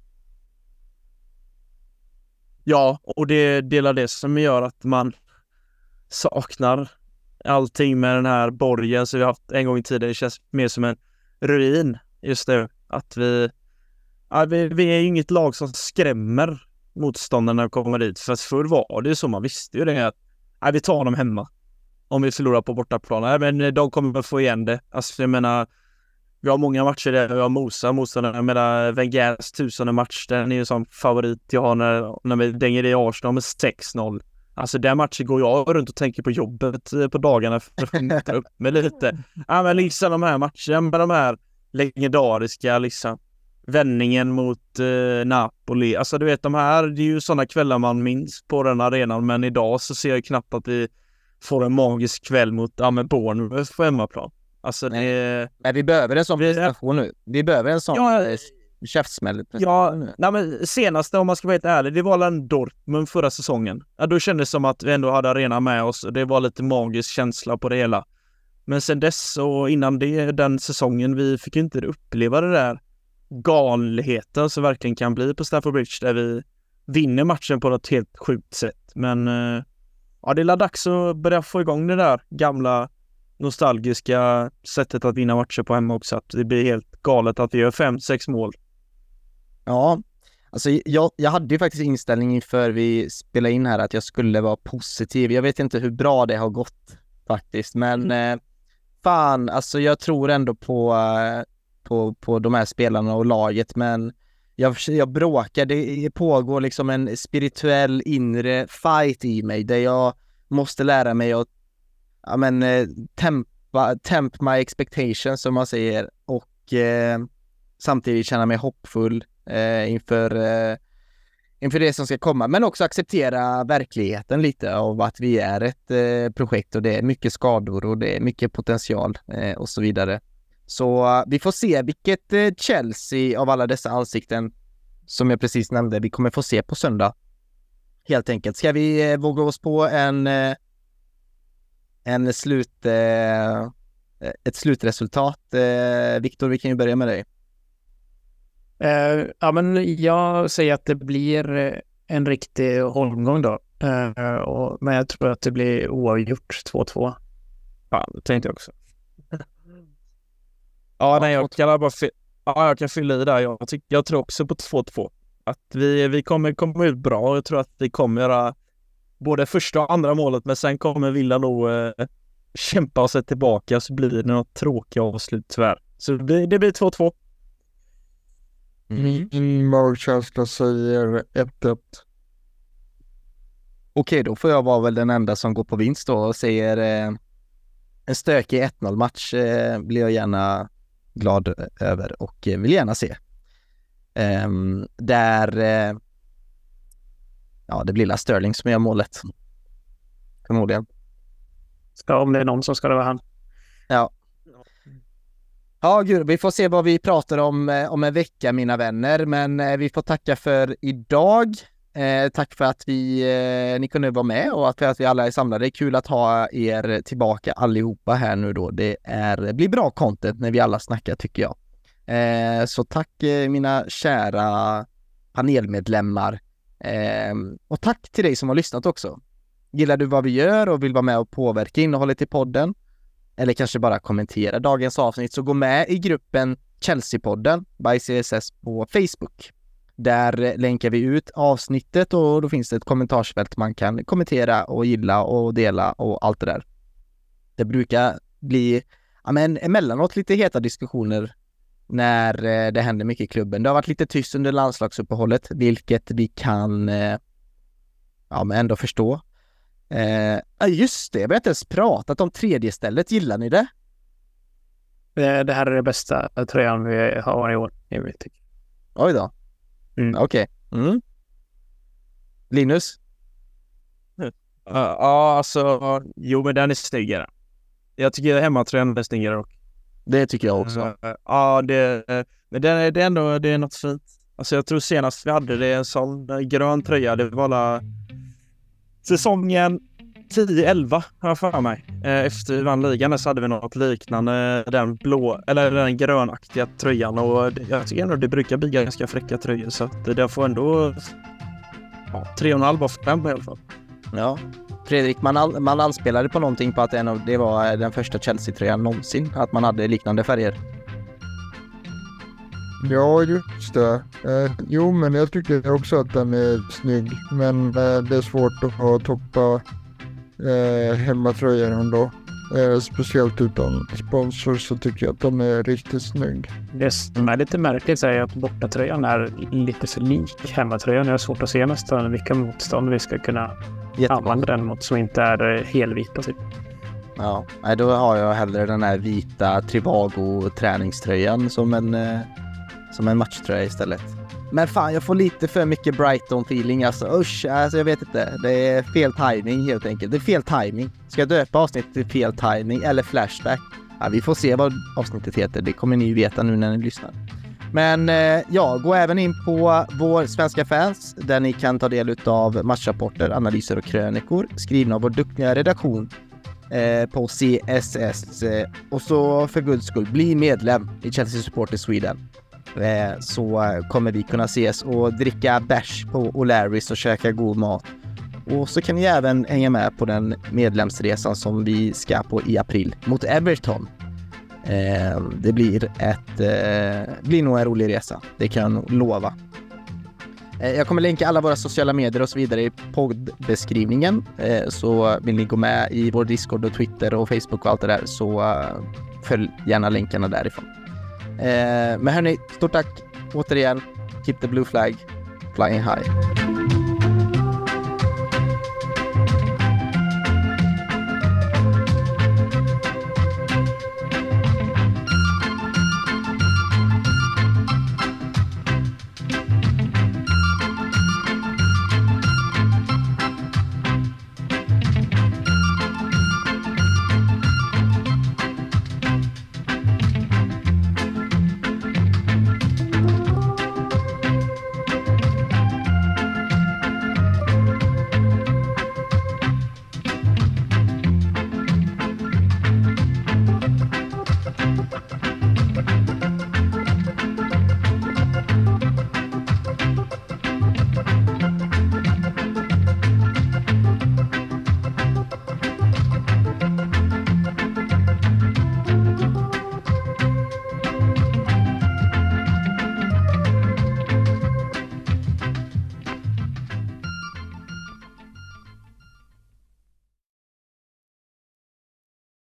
Ja, och det delar det som gör att man saknar allting med den här borgen som vi har haft en gång i tiden. Det känns mer som en ruin just nu. Att vi är ju inget lag som skrämmer motståndarna kommer dit. För förr var det så, man visste ju det att vi tar dem hemma om vi förlorar på bortaplan. Men de kommer få igen det. Alltså jag menar, vi har många matcher där vi har motståndarna. Jag menar, Wengers 1000:e match, den är ju som favorit jag har när vi dänger i Arsenal med 6-0. Alltså den matchen går jag runt och tänker på jobbet på dagarna för att nöta upp mig lite. Ja, men liksom de här matcherna med de här legendariska liksom vändningen mot Napoli. Alltså du vet, de här, det är ju sådana kvällar man minns på den arenan, men idag så ser jag knappt att vi får en magisk kväll mot Bournemouth på hemmaplan. Alltså det... Nej, vi behöver en sån prestation nu. Vi behöver en sån käftsmäll. Nej, men senaste, om man ska vara helt ärlig, det var en Dortmund förra säsongen. Ja, då kändes det som att vi ändå hade arenan med oss. Det var lite magisk känsla på det hela. Men sen dess och innan det, den säsongen, vi fick inte uppleva det där galheten som verkligen kan bli på Stamford Bridge, där vi vinner matchen på något helt sjukt sätt. Men ja, det är dags att börja få igång det där gamla nostalgiska sättet att vinna matcher på hemma också. Att det blir helt galet att vi gör 5-6 mål. Ja, alltså jag hade ju faktiskt inställning inför vi spelade in här att jag skulle vara positiv. Jag vet inte hur bra det har gått faktiskt, men fan, alltså jag tror ändå på de här spelarna och laget, men jag bråkar. Det pågår liksom en spirituell inre fight i mig där jag måste lära mig att temp my expectations, som man säger, och samtidigt känna mig hoppfull inför det som ska komma, men också acceptera verkligheten lite av att vi är ett projekt och det är mycket skador och det är mycket potential och så vidare. Så vi får se vilket Chelsea av alla dessa ansikten som jag precis nämnde vi kommer få se på söndag. Helt enkelt. Ska vi våga oss på ett slutresultat? Viktor, vi kan ju börja med dig. Ja, men jag säger att det blir en riktig holmgång då. Men jag tror att det blir oavgjort 2-2. Ja, det tänkte jag också. Ja, nej, jag kan fylla i där. Jag tror också på 2-2. Att vi kommer komma ut bra. Jag tror att vi kommer göra både första och andra målet, men sen kommer Villa nog kämpa sig tillbaka, så blir det något tråkigt avslut tyvärr. Så det blir 2-2. Min magkänsla säger 1-1. Okej, då får jag vara väl den enda som går på vinst då och säger en stökig 1-0 match blir jag gärna glad över och vill gärna se. Det blir La Sterling som gör målet. Förmodligen. Om det är någon som ska det vara han. Ja. Ja, gud, vi får se vad vi pratar om en vecka, mina vänner. Men vi får tacka för idag. Tack för att ni kunde vara med och för att vi alla är samlade. Det är kul att ha er tillbaka allihopa här nu då. Det blir bra content när vi alla snackar, tycker jag. Så tack mina kära panelmedlemmar. Och tack till dig som har lyssnat också. Gillar du vad vi gör och vill vara med och påverka innehållet i podden, eller kanske bara kommentera dagens avsnitt, så gå med i gruppen Chelsea-podden by CSS på Facebook. Där länkar vi ut avsnittet och då finns det ett kommentarsfält man kan kommentera och gilla och dela och allt det där. Det brukar bli emellanåt lite heta diskussioner när det händer mycket i klubben. Det har varit lite tyst under landslagsuppehållet, vilket vi kan ändå förstå. Just det, vi har inte ens pratat om tredje stället. Gillar ni det? Det här är det bästa tröjan vi har i år. Oj då. Okej. Linus? Jo, men den är snyggare. Jag tycker hemmatröjan är snyggare också. Det tycker jag också. Men det är något fint. Alltså jag tror senast vi hade det en sån grön tröja, det var säsongen 10-11 har jag för mig. Efter vi vann ligan så hade vi något liknande, den blå eller den grönaktiga tröjan, och jag tycker ändå det brukar bli ganska fräcka tröjor, så att det får ändå 3,5 av 5 i alla fall. Ja. Fredrik, man anspelade på någonting på att det var den första Chelsea-tröjan någonsin, att man hade liknande färger. Ja, just det. Jo, men jag tycker också att den är snygg. Men det är svårt att toppa hemmatröjan ändå. Speciellt utan sponsor så tycker jag att de är riktigt snygg. Det som är lite märkligt är att bortatröjan är lite för lik hemmatröjan. Jag har svårt att se nästan vilka motstånd vi ska kunna använda den mot som inte är helvita typ. Ja, då har jag hellre den här vita Trivago-träningströjan som en matchtröja istället. Men fan, jag får lite för mycket Brighton-feeling alltså. Usch, alltså jag vet inte. Det är fel timing helt enkelt. Det är fel timing. Ska jag döpa avsnittet till fel timing eller flashback? Ja, vi får se vad avsnittet heter. Det kommer ni ju veta nu när ni lyssnar. Men ja, gå även in på vår svenska fans där ni kan ta del av matchrapporter, analyser och krönikor skrivna av vår duktiga redaktion på CSS. Och så för guds skull, bli medlem i Chelsea Supporters Sweden. Så kommer vi kunna ses och dricka bärs på O'Larrys och käka god mat. Och så kan ni även hänga med på den medlemsresan som vi ska på i april mot Everton. Det blir nog en rolig resa, det kan jag nog lova. Jag kommer länka alla våra sociala medier och så vidare i poddbeskrivningen. Så vill ni gå med i vår Discord och Twitter och Facebook och allt det där, så följ gärna länkarna därifrån. Men hörni, stort tack återigen. Keep the blue flag flying high.